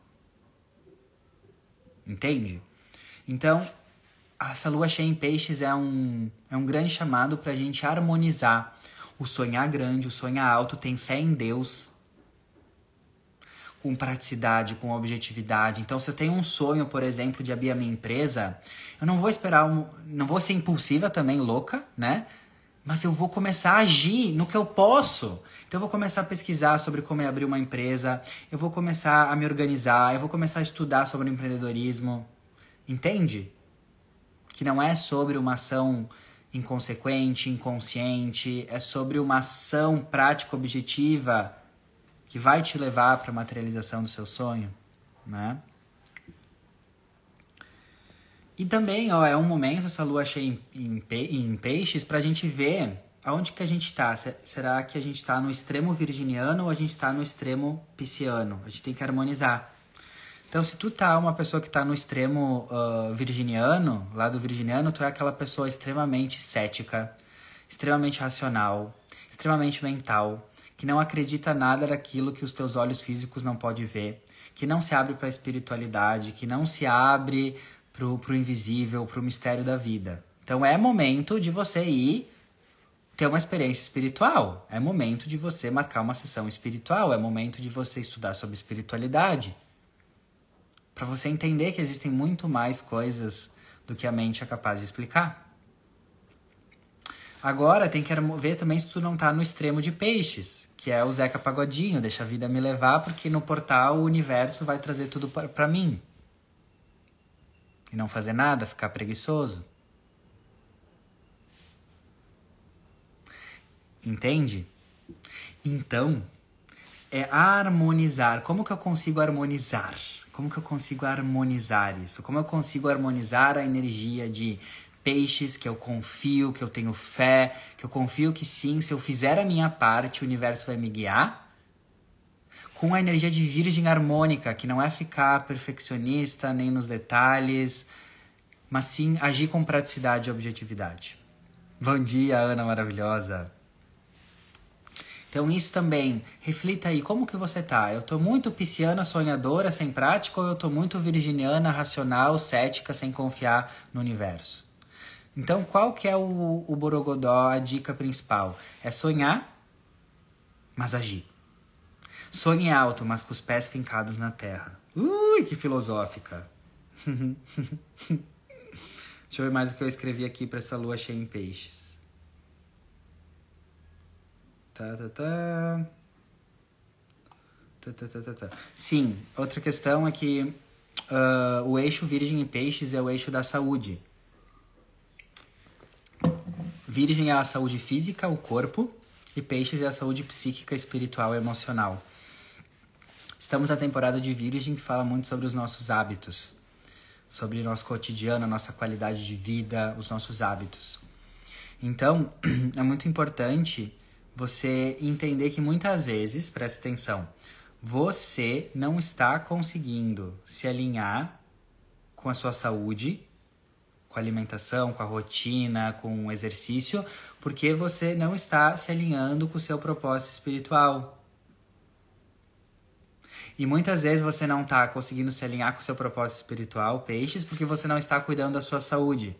[SPEAKER 1] Entende? Então, essa lua cheia em peixes é um grande chamado pra gente harmonizar o sonhar grande, o sonhar alto, tem fé em Deus, com praticidade, com objetividade. Então, se eu tenho um sonho, por exemplo, de abrir a minha empresa, eu não vou esperar, não vou ser impulsiva também, louca, né? Mas eu vou começar a agir no que eu posso. Então, eu vou começar a pesquisar sobre como é abrir uma empresa, eu vou começar a me organizar, eu vou começar a estudar sobre empreendedorismo. Entende? Que não é sobre uma ação inconsequente, inconsciente, é sobre uma ação prática, objetiva, que vai te levar para a materialização do seu sonho, né? E também, ó, é um momento, essa lua cheia em peixes, para a gente ver aonde que a gente está. Será que a gente está no extremo virginiano ou a gente está no extremo pisciano? A gente tem que harmonizar. Então, se tu tá uma pessoa que tá no extremo virginiano, lá do virginiano, tu é aquela pessoa extremamente cética, extremamente racional, extremamente mental, que não acredita nada daquilo que os teus olhos físicos não podem ver, que não se abre para a espiritualidade, que não se abre pro invisível, pro mistério da vida. Então é momento de você ir ter uma experiência espiritual, é momento de você marcar uma sessão espiritual, é momento de você estudar sobre espiritualidade, para você entender que existem muito mais coisas do que a mente é capaz de explicar. Agora tem que ver também se tu não tá no extremo de peixes, que é o Zeca Pagodinho, deixa a vida me levar, porque no portal o universo vai trazer tudo pra mim. E não fazer nada, ficar preguiçoso. Entende? Então, é harmonizar. Como que eu consigo harmonizar? Como que eu consigo harmonizar isso? Como eu consigo harmonizar a energia de peixes, que eu confio, que eu tenho fé, que eu confio que sim, se eu fizer a minha parte, o universo vai me guiar, com a energia de virgem harmônica, que não é ficar perfeccionista nem nos detalhes, mas sim agir com praticidade e objetividade. Bom dia, Ana maravilhosa! Então isso também, reflita aí, como que você tá? Eu tô muito pisciana, sonhadora, sem prática, ou eu tô muito virginiana, racional, cética, sem confiar no universo? Então qual que é o borogodó, a dica principal? É sonhar, mas agir. Sonhe alto, mas com os pés fincados na terra. Ui, que filosófica! Deixa eu ver mais o que eu escrevi aqui para essa lua cheia em peixes. Sim, outra questão é que o eixo virgem em peixes é o eixo da saúde. Virgem é a saúde física, o corpo, e peixes é a saúde psíquica, espiritual e emocional. Estamos na temporada de virgem, que fala muito sobre os nossos hábitos, sobre o nosso cotidiano, a nossa qualidade de vida, os nossos hábitos. Então, é muito importante você entender que muitas vezes, presta atenção, você não está conseguindo se alinhar com a sua saúde, com a alimentação, com a rotina, com o exercício, porque você não está se alinhando com o seu propósito espiritual. E muitas vezes você não está conseguindo se alinhar com o seu propósito espiritual, peixes, porque você não está cuidando da sua saúde.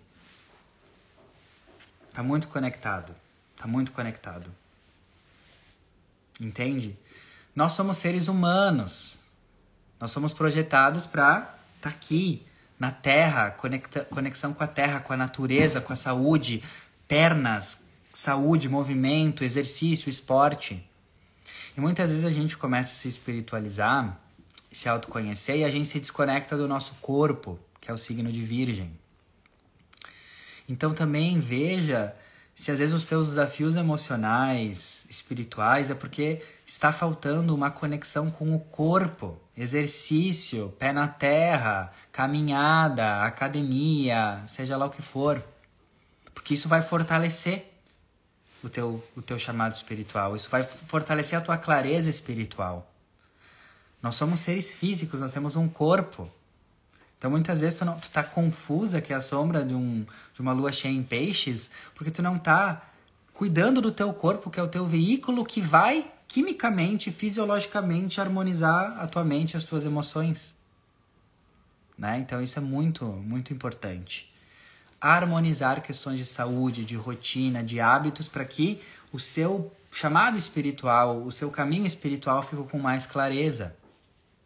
[SPEAKER 1] Tá muito conectado. Tá muito conectado. Entende? Nós somos seres humanos. Nós somos projetados para estar aqui, na Terra, conexão com a Terra, com a natureza, com a saúde, pernas, saúde, movimento, exercício, esporte. E muitas vezes a gente começa a se espiritualizar, se autoconhecer, e a gente se desconecta do nosso corpo, que é o signo de Virgem. Então também veja se às vezes os teus desafios emocionais, espirituais, é porque está faltando uma conexão com o corpo. Exercício, pé na terra, caminhada, academia, seja lá o que for. Porque isso vai fortalecer o teu chamado espiritual. Isso vai fortalecer a tua clareza espiritual. Nós somos seres físicos, nós temos um corpo. Então, muitas vezes, tu tá confusa, que é a sombra de uma lua cheia em peixes, porque tu não tá cuidando do teu corpo, que é o teu veículo que vai, quimicamente, fisiologicamente, harmonizar a tua mente e as tuas emoções. Né? Então, isso é muito, muito importante. Harmonizar questões de saúde, de rotina, de hábitos, para que o seu chamado espiritual, o seu caminho espiritual fique com mais clareza.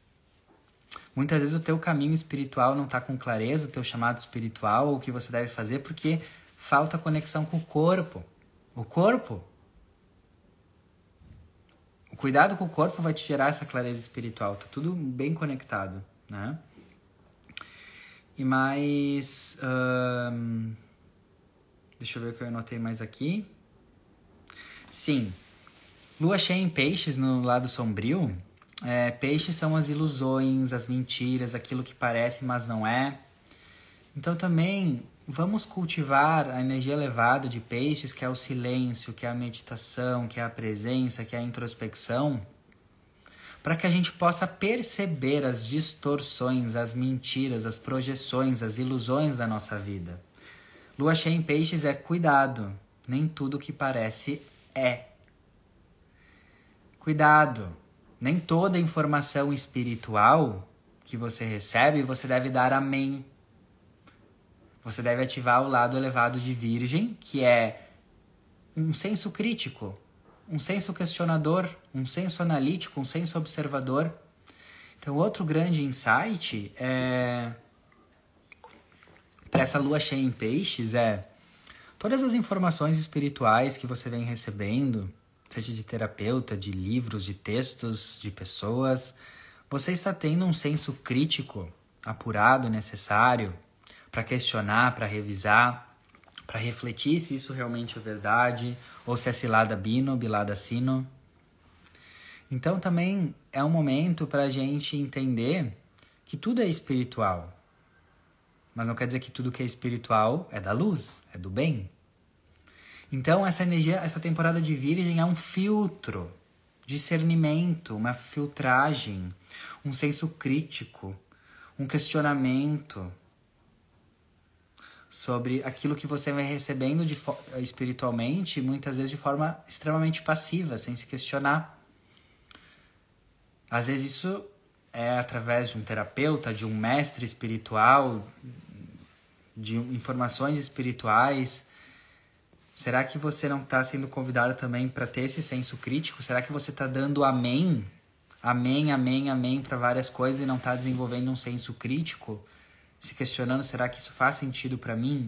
[SPEAKER 1] Muitas vezes o teu caminho espiritual não está com clareza, o teu chamado espiritual, ou o que você deve fazer, porque falta conexão com o corpo. O corpo. O cuidado com o corpo vai te gerar essa clareza espiritual. Tá tudo bem conectado, né? E mais... deixa eu ver o que eu anotei mais aqui. Sim. Lua cheia em peixes no lado sombrio. Peixes são as ilusões, as mentiras, aquilo que parece, mas não é. Então também vamos cultivar a energia elevada de peixes, que é o silêncio, que é a meditação, que é a presença, que é a introspecção, para que a gente possa perceber as distorções, as mentiras, as projeções, as ilusões da nossa vida. Lua cheia em peixes é cuidado, nem tudo que parece é. Cuidado, nem toda informação espiritual que você recebe você deve dar amém. Você deve ativar o lado elevado de Virgem, que é um senso crítico, um senso questionador, um senso analítico, um senso observador. Então, outro grande insight para essa lua cheia em peixes é todas as informações espirituais que você vem recebendo, seja de terapeuta, de livros, de textos, de pessoas, você está tendo um senso crítico, apurado, necessário, para questionar, para revisar, para refletir se isso realmente é verdade, ou se é cilada bino, bilada sino. Então também é um momento para a gente entender que tudo é espiritual. Mas não quer dizer que tudo que é espiritual é da luz, é do bem. Então essa energia, essa temporada de Virgem é um filtro, discernimento, uma filtragem, um senso crítico, um questionamento sobre aquilo que você vai recebendo espiritualmente, muitas vezes de forma extremamente passiva, sem se questionar. Às vezes isso é através de um terapeuta, de um mestre espiritual, de informações espirituais. Será que você não está sendo convidado também para ter esse senso crítico? Será que você está dando amém? Amém, amém, amém para várias coisas e não está desenvolvendo um senso crítico? Se questionando, será que isso faz sentido para mim?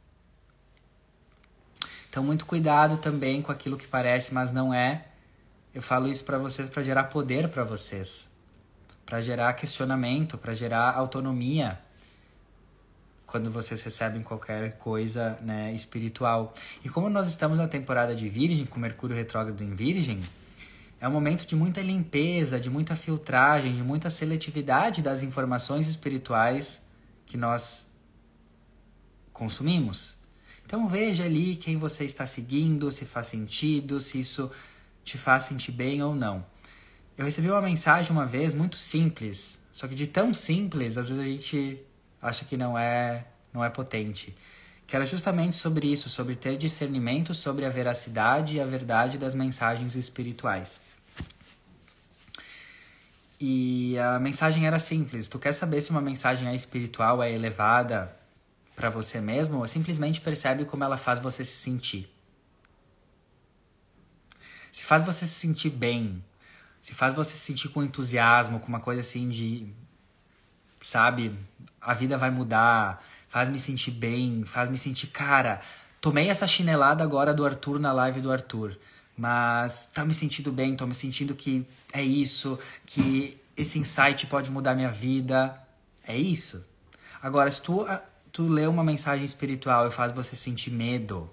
[SPEAKER 1] Então, muito cuidado também com aquilo que parece, mas não é. Eu falo isso para vocês para gerar poder para vocês. Para gerar questionamento, para gerar autonomia. Quando vocês recebem qualquer coisa, né, espiritual. E como nós estamos na temporada de Virgem, com Mercúrio retrógrado em Virgem, é um momento de muita limpeza, de muita filtragem, de muita seletividade das informações espirituais que nós consumimos. Então veja ali quem você está seguindo, se faz sentido, se isso te faz sentir bem ou não. Eu recebi uma mensagem uma vez muito simples, só que de tão simples, às vezes a gente acha que não é potente. Que era justamente sobre isso, sobre ter discernimento sobre a veracidade e a verdade das mensagens espirituais. E a mensagem era simples. Tu quer saber se uma mensagem é espiritual, é elevada para você mesmo? Ou simplesmente percebe como ela faz você se sentir. Se faz você se sentir bem, se faz você se sentir com entusiasmo, com uma coisa assim de, sabe, a vida vai mudar, faz me sentir bem, faz me sentir, cara, tomei essa chinelada agora do Arthur na live do Arthur. Mas tá me sentindo bem, tô me sentindo que é isso, que esse insight pode mudar minha vida. É isso. Agora, se tu lê uma mensagem espiritual e faz você sentir medo,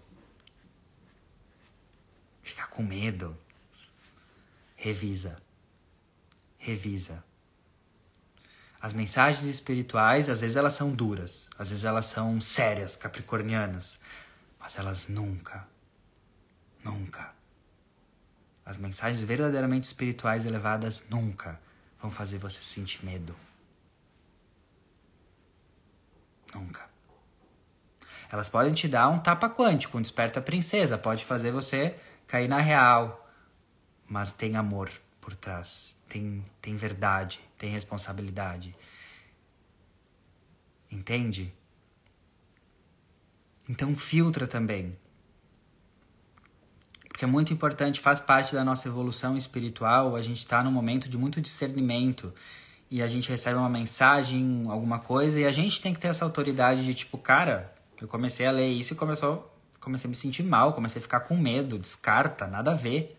[SPEAKER 1] ficar com medo, revisa. As mensagens espirituais, às vezes elas são duras, às vezes elas são sérias, capricornianas, mas elas nunca as mensagens verdadeiramente espirituais elevadas nunca vão fazer você sentir medo. Nunca. Elas podem te dar um tapa quântico, um desperta princesa, pode fazer você cair na real. Mas tem amor por trás, tem verdade, tem responsabilidade. Entende? Então filtra também. Porque é muito importante, faz parte da nossa evolução espiritual, a gente está num momento de muito discernimento. e a gente recebe uma mensagem, alguma coisa, e a gente tem que ter essa autoridade de tipo, cara, eu comecei a ler isso e comecei a me sentir mal, comecei a ficar com medo, descarta, nada a ver.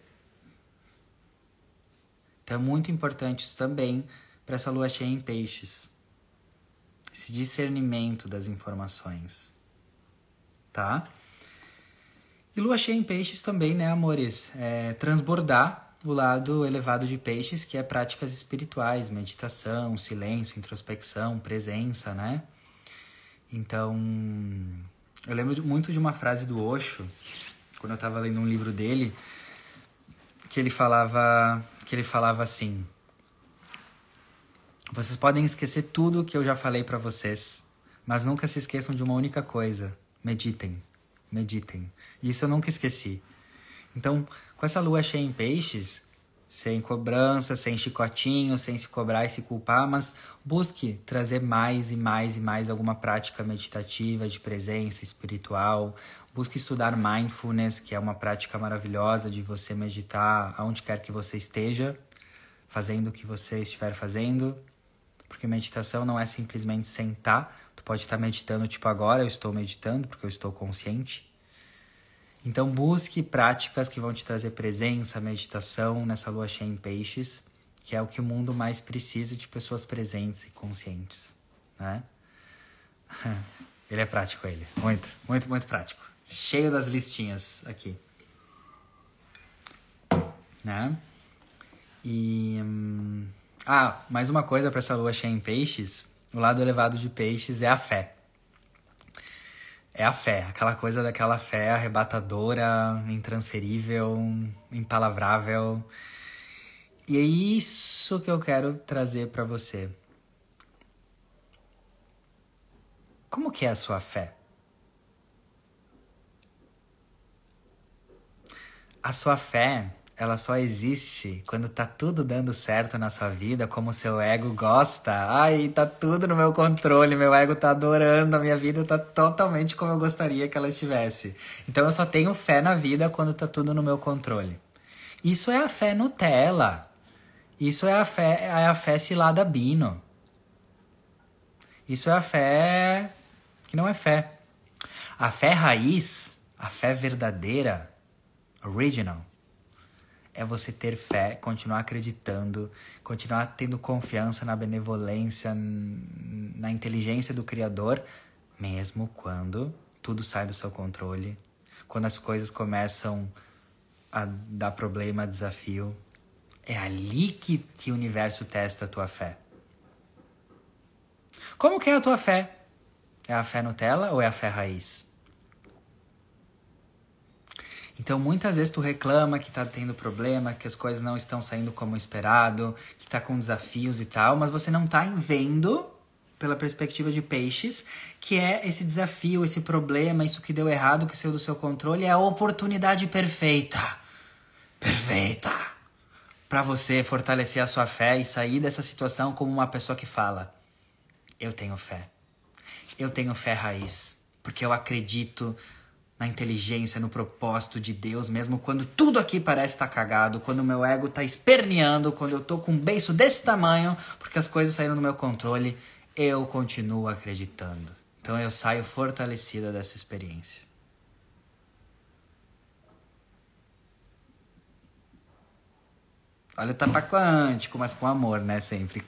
[SPEAKER 1] Então é muito importante isso também para essa lua cheia em peixes. Esse discernimento das informações, tá? E lua cheia em peixes também, né, amores? É transbordar o lado elevado de peixes, que é práticas espirituais, meditação, silêncio, introspecção, presença, né? Então, eu lembro muito de uma frase do Osho, quando eu estava lendo um livro dele, que ele falava assim: vocês podem esquecer tudo que eu já falei para vocês, mas nunca se esqueçam de uma única coisa: meditem, meditem. Isso eu nunca esqueci. Então, com essa lua cheia em peixes, sem cobrança, sem chicotinho, sem se cobrar e se culpar, mas busque trazer mais e mais e mais alguma prática meditativa, de presença espiritual. Busque estudar mindfulness, que é uma prática maravilhosa de você meditar aonde quer que você esteja, fazendo o que você estiver fazendo. Porque meditação não é simplesmente sentar. Tu pode estar meditando, tipo agora eu estou meditando, porque eu estou consciente. Então busque práticas que vão te trazer presença, meditação nessa lua cheia em peixes, que é o que o mundo mais precisa, de pessoas presentes e conscientes, né? Ele é prático, ele. Muito, muito, muito prático. Cheio das listinhas aqui. Né? E... mais uma coisa para essa lua cheia em peixes. O lado elevado de peixes é a fé. É a fé, aquela coisa daquela fé arrebatadora, intransferível, impalavrável. E é isso que eu quero trazer para você. Como que é a sua fé? A sua fé, ela só existe quando tá tudo dando certo na sua vida, como o seu ego gosta. Ai, tá tudo no meu controle, meu ego tá adorando, a minha vida tá totalmente como eu gostaria que ela estivesse. Então eu só tenho fé na vida quando tá tudo no meu controle. Isso é a fé Nutella. Isso é a fé cilada Bino. Isso é a fé que não é fé. A fé raiz, a fé verdadeira, original, é você ter fé, continuar acreditando, continuar tendo confiança na benevolência, na inteligência do Criador, mesmo quando tudo sai do seu controle, quando as coisas começam a dar problema, desafio. É ali que o universo testa a tua fé. Como que é a tua fé? É a fé Nutella ou é a fé raiz? Então, muitas vezes tu reclama que tá tendo problema, que as coisas não estão saindo como esperado, que tá com desafios e tal, mas você não tá vendo, pela perspectiva de peixes, que é esse desafio, esse problema, isso que deu errado, que saiu do seu controle, é a oportunidade perfeita. Perfeita! Pra você fortalecer a sua fé e sair dessa situação como uma pessoa que fala: eu tenho fé. Eu tenho fé raiz, porque eu acredito na inteligência, no propósito de Deus, mesmo quando tudo aqui parece estar cagado, quando o meu ego tá esperneando, quando eu tô com um beiço desse tamanho, porque as coisas saíram do meu controle, eu continuo acreditando. Então eu saio fortalecida dessa experiência. Olha o tapa quântico, mas com amor, né? Sempre.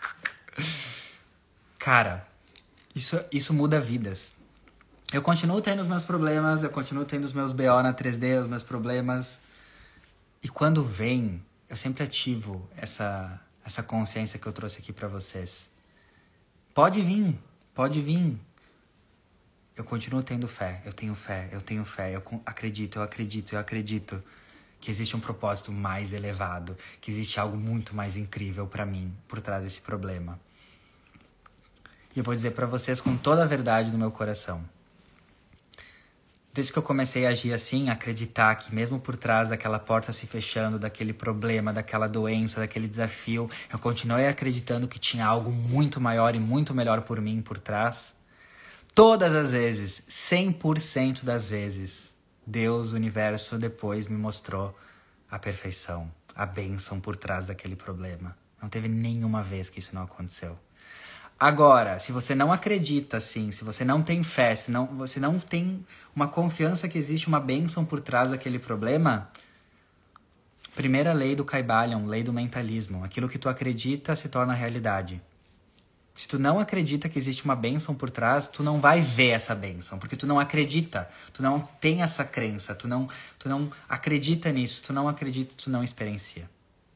[SPEAKER 1] Cara, isso muda vidas. Eu continuo tendo os meus problemas, eu continuo tendo os meus BO na 3D, os meus problemas. E quando vem, eu sempre ativo essa consciência que eu trouxe aqui pra vocês. Pode vir, pode vir. Eu continuo tendo fé, eu tenho fé, eu tenho fé, eu acredito que existe um propósito mais elevado, que existe algo muito mais incrível pra mim por trás desse problema. E eu vou dizer pra vocês com toda a verdade do meu coração. Desde que eu comecei a agir assim, acreditar que mesmo por trás daquela porta se fechando, daquele problema, daquela doença, daquele desafio, eu continuei acreditando que tinha algo muito maior e muito melhor por mim por trás. Todas as vezes, 100% das vezes, Deus, o universo, depois me mostrou a perfeição, a bênção por trás daquele problema. Não teve nenhuma vez que isso não aconteceu. Agora, se você não acredita assim, se você não tem fé, se você não tem uma confiança que existe uma bênção por trás daquele problema, primeira lei do Kybalion, lei do mentalismo. Aquilo que tu acredita se torna realidade. Se tu não acredita que existe uma bênção por trás, tu não vai ver essa bênção, porque tu não acredita, tu não tem essa crença, tu não acredita nisso, tu não acredita, tu não experiencia.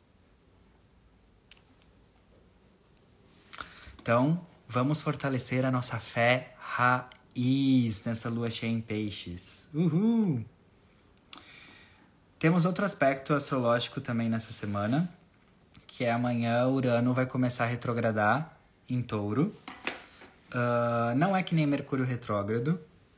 [SPEAKER 1] Então, vamos fortalecer a nossa fé raiz nessa lua cheia em peixes. Uhul! Temos outro aspecto astrológico também nessa semana, que é amanhã Urano vai começar a retrogradar em Touro. Não é que nem Mercúrio retrógrado,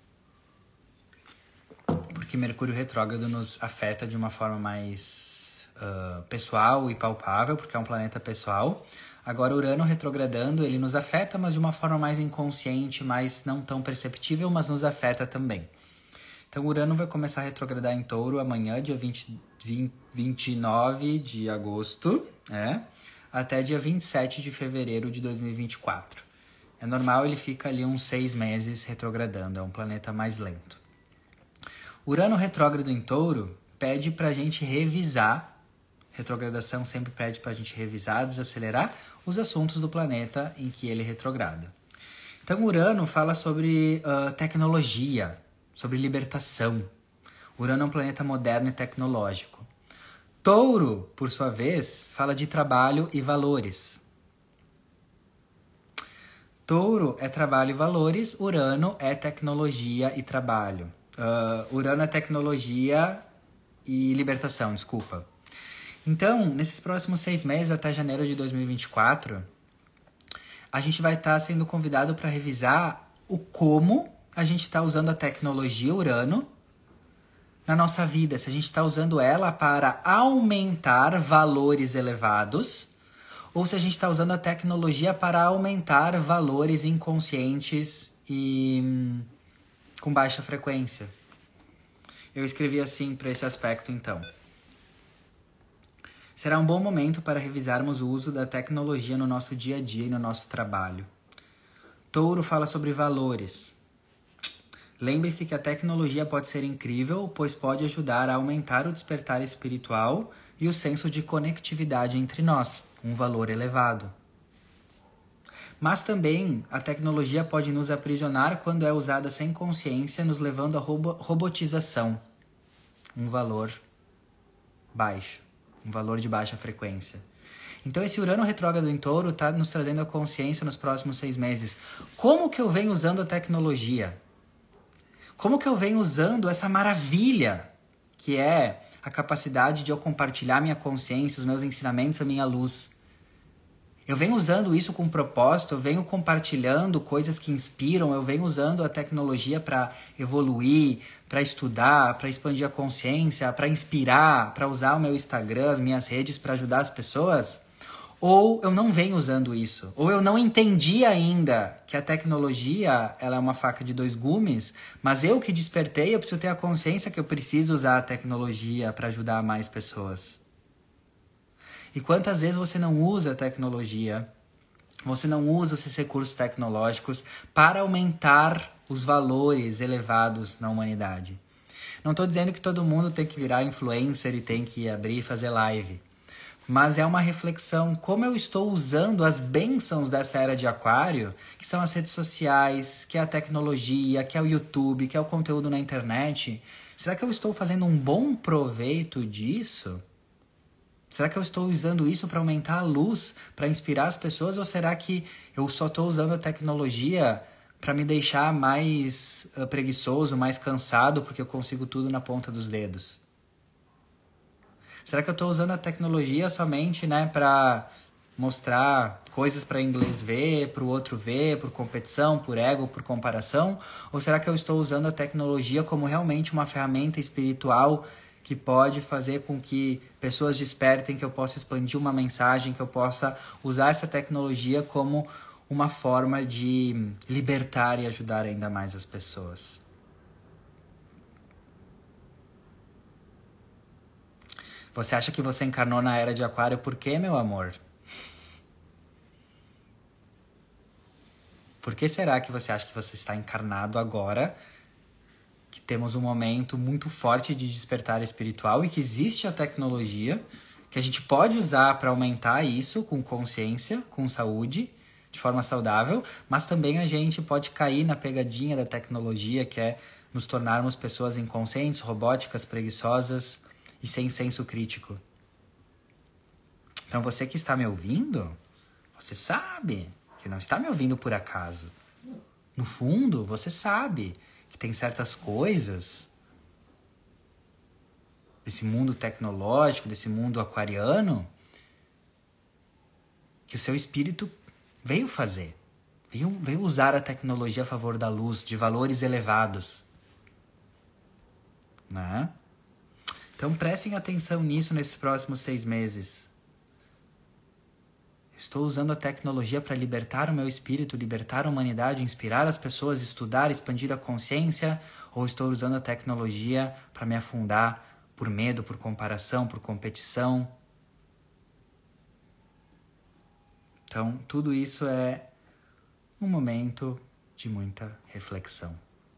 [SPEAKER 1] porque Mercúrio retrógrado nos afeta de uma forma mais pessoal e palpável, porque é um planeta pessoal. Agora, Urano retrogradando, ele nos afeta, mas de uma forma mais inconsciente, mais não tão perceptível, mas nos afeta também. Então, Urano vai começar a retrogradar em Touro amanhã, dia 29 de agosto, até dia 27 de fevereiro de 2024. É normal, ele fica ali uns 6 meses retrogradando, é um planeta mais lento. Urano retrógrado em Touro pede pra gente revisar, retrogradação sempre pede pra gente revisar, desacelerar os assuntos do planeta em que ele retrograda. Então, Urano fala sobre tecnologia, sobre libertação. Urano é um planeta moderno e tecnológico. Touro, por sua vez, fala de trabalho e valores. Touro é trabalho e valores, Urano é tecnologia e trabalho. Urano é tecnologia e libertação, desculpa. Então, nesses próximos 6 meses, até janeiro de 2024, a gente vai estar sendo convidado para revisar o como a gente está usando a tecnologia Urano na nossa vida. Se a gente está usando ela para aumentar valores elevados ou se a gente está usando a tecnologia para aumentar valores inconscientes e com baixa frequência. Eu escrevi assim para esse aspecto, então. Será um bom momento para revisarmos o uso da tecnologia no nosso dia a dia e no nosso trabalho. Touro fala sobre valores. Lembre-se que a tecnologia pode ser incrível, pois pode ajudar a aumentar o despertar espiritual e o senso de conectividade entre nós, um valor elevado. Mas também a tecnologia pode nos aprisionar quando é usada sem consciência, nos levando à robotização, um valor baixo, um valor de baixa frequência. Então esse Urano retrógrado em Touro está nos trazendo a consciência nos próximos 6 meses. Como que eu venho usando a tecnologia? Como que eu venho usando essa maravilha que é a capacidade de eu compartilhar minha consciência, os meus ensinamentos, a minha luz? Eu venho usando isso com propósito, eu venho compartilhando coisas que inspiram, eu venho usando a tecnologia para evoluir, para estudar, para expandir a consciência, para inspirar, para usar o meu Instagram, as minhas redes para ajudar as pessoas? Ou eu não venho usando isso? Ou eu não entendi ainda que a tecnologia ela é uma faca de 2 gumes, mas eu que despertei, eu preciso ter a consciência que eu preciso usar a tecnologia para ajudar mais pessoas. E quantas vezes você não usa a tecnologia, você não usa esses recursos tecnológicos para aumentar os valores elevados na humanidade? Não estou dizendo que todo mundo tem que virar influencer e tem que abrir e fazer live. Mas é uma reflexão, como eu estou usando as bênçãos dessa era de Aquário, que são as redes sociais, que é a tecnologia, que é o YouTube, que é o conteúdo na internet. Será que eu estou fazendo um bom proveito disso? Será que eu estou usando isso para aumentar a luz, para inspirar as pessoas? Ou será que eu só estou usando a tecnologia para me deixar mais preguiçoso, mais cansado, porque eu consigo tudo na ponta dos dedos? Será que eu estou usando a tecnologia somente, para mostrar coisas para inglês ver, para o outro ver, por competição, por ego, por comparação? Ou será que eu estou usando a tecnologia como realmente uma ferramenta espiritual que pode fazer com que pessoas despertem, que eu possa expandir uma mensagem, que eu possa usar essa tecnologia como uma forma de libertar e ajudar ainda mais as pessoas? Você acha que você encarnou na era de Aquário por quê, meu amor? Por que será que você acha que você está encarnado agora? Que temos um momento muito forte de despertar espiritual e que existe a tecnologia que a gente pode usar para aumentar isso com consciência, com saúde, de forma saudável, mas também a gente pode cair na pegadinha da tecnologia, que é nos tornarmos pessoas inconscientes, robóticas, preguiçosas e sem senso crítico. Então você que está me ouvindo, você sabe que não está me ouvindo por acaso. No fundo, você sabe que tem certas coisas desse mundo tecnológico, desse mundo aquariano, que o seu espírito veio fazer. Veio usar a tecnologia a favor da luz, de valores elevados. Né? Então prestem atenção nisso nesses próximos 6 meses. Estou usando a tecnologia para libertar o meu espírito, libertar a humanidade, inspirar as pessoas, estudar, expandir a consciência, ou estou usando a tecnologia para me afundar por medo, por comparação, por competição? Então, tudo isso é um momento de muita reflexão.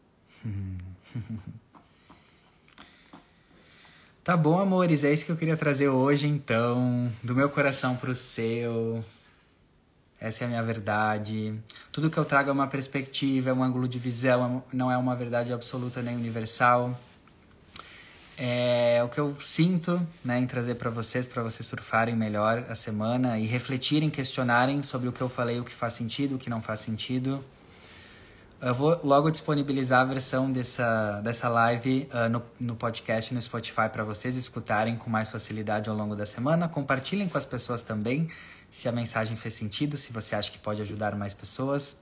[SPEAKER 1] Tá bom, amores, é isso que eu queria trazer hoje, então, do meu coração pro seu. Essa é a minha verdade. Tudo que eu trago é uma perspectiva, é um ângulo de visão, não é uma verdade absoluta nem universal. É o que eu sinto, né, em trazer para vocês surfarem melhor a semana e refletirem, questionarem sobre o que eu falei, o que faz sentido, o que não faz sentido. Eu vou logo disponibilizar a versão dessa live no podcast, no Spotify, para vocês escutarem com mais facilidade ao longo da semana. Compartilhem com as pessoas também, se a mensagem fez sentido, se você acha que pode ajudar mais pessoas.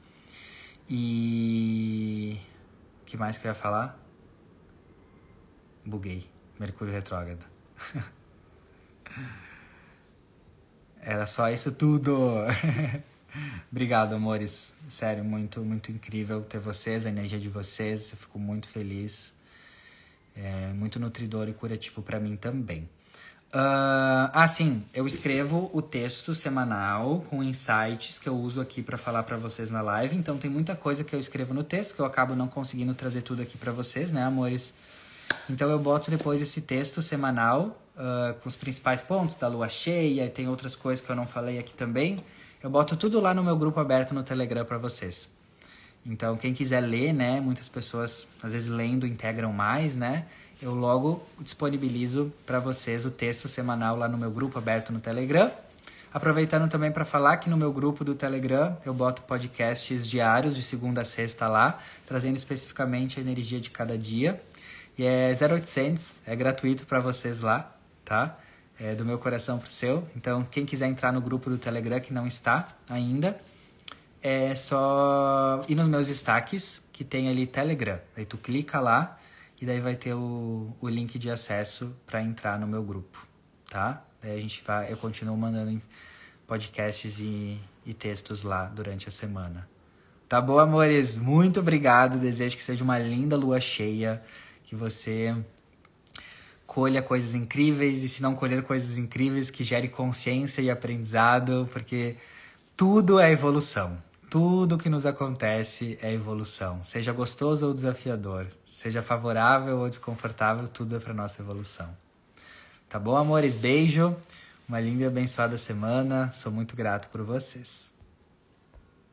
[SPEAKER 1] E... o que mais que eu ia falar? Buguei. Mercúrio retrógrado. Era só isso tudo. Obrigado, amores. Sério, muito, muito incrível ter vocês, a energia de vocês. Eu fico muito feliz. É muito nutridor e curativo para mim também. Sim, eu escrevo o texto semanal com insights que eu uso aqui para falar para vocês na live. Então tem muita coisa que eu escrevo no texto que eu acabo não conseguindo trazer tudo aqui para vocês, né, amores? Então eu boto depois esse texto semanal com os principais pontos da lua cheia, e tem outras coisas que eu não falei aqui também. Eu boto tudo lá no meu grupo aberto no Telegram para vocês. Então quem quiser ler, né, muitas pessoas às vezes lendo integram mais, né? Eu logo disponibilizo para vocês o texto semanal lá no meu grupo aberto no Telegram. Aproveitando também para falar que no meu grupo do Telegram eu boto podcasts diários de segunda a sexta lá, trazendo especificamente a energia de cada dia. E é 0800, é gratuito para vocês lá, tá? É do meu coração pro seu. Então, quem quiser entrar no grupo do Telegram que não está ainda, é só ir nos meus destaques, que tem ali Telegram. Aí tu clica lá e daí vai ter o link de acesso para entrar no meu grupo, tá? Daí eu continuo mandando podcasts e textos lá durante a semana. Tá bom, amores? Muito obrigado. Desejo que seja uma linda lua cheia, que você colha coisas incríveis, e se não colher coisas incríveis, que gere consciência e aprendizado, porque tudo é evolução. Tudo que nos acontece é evolução. Seja gostoso ou desafiador, seja favorável ou desconfortável, tudo é para nossa evolução. Tá bom, amores? Beijo. Uma linda e abençoada semana. Sou muito grato por vocês.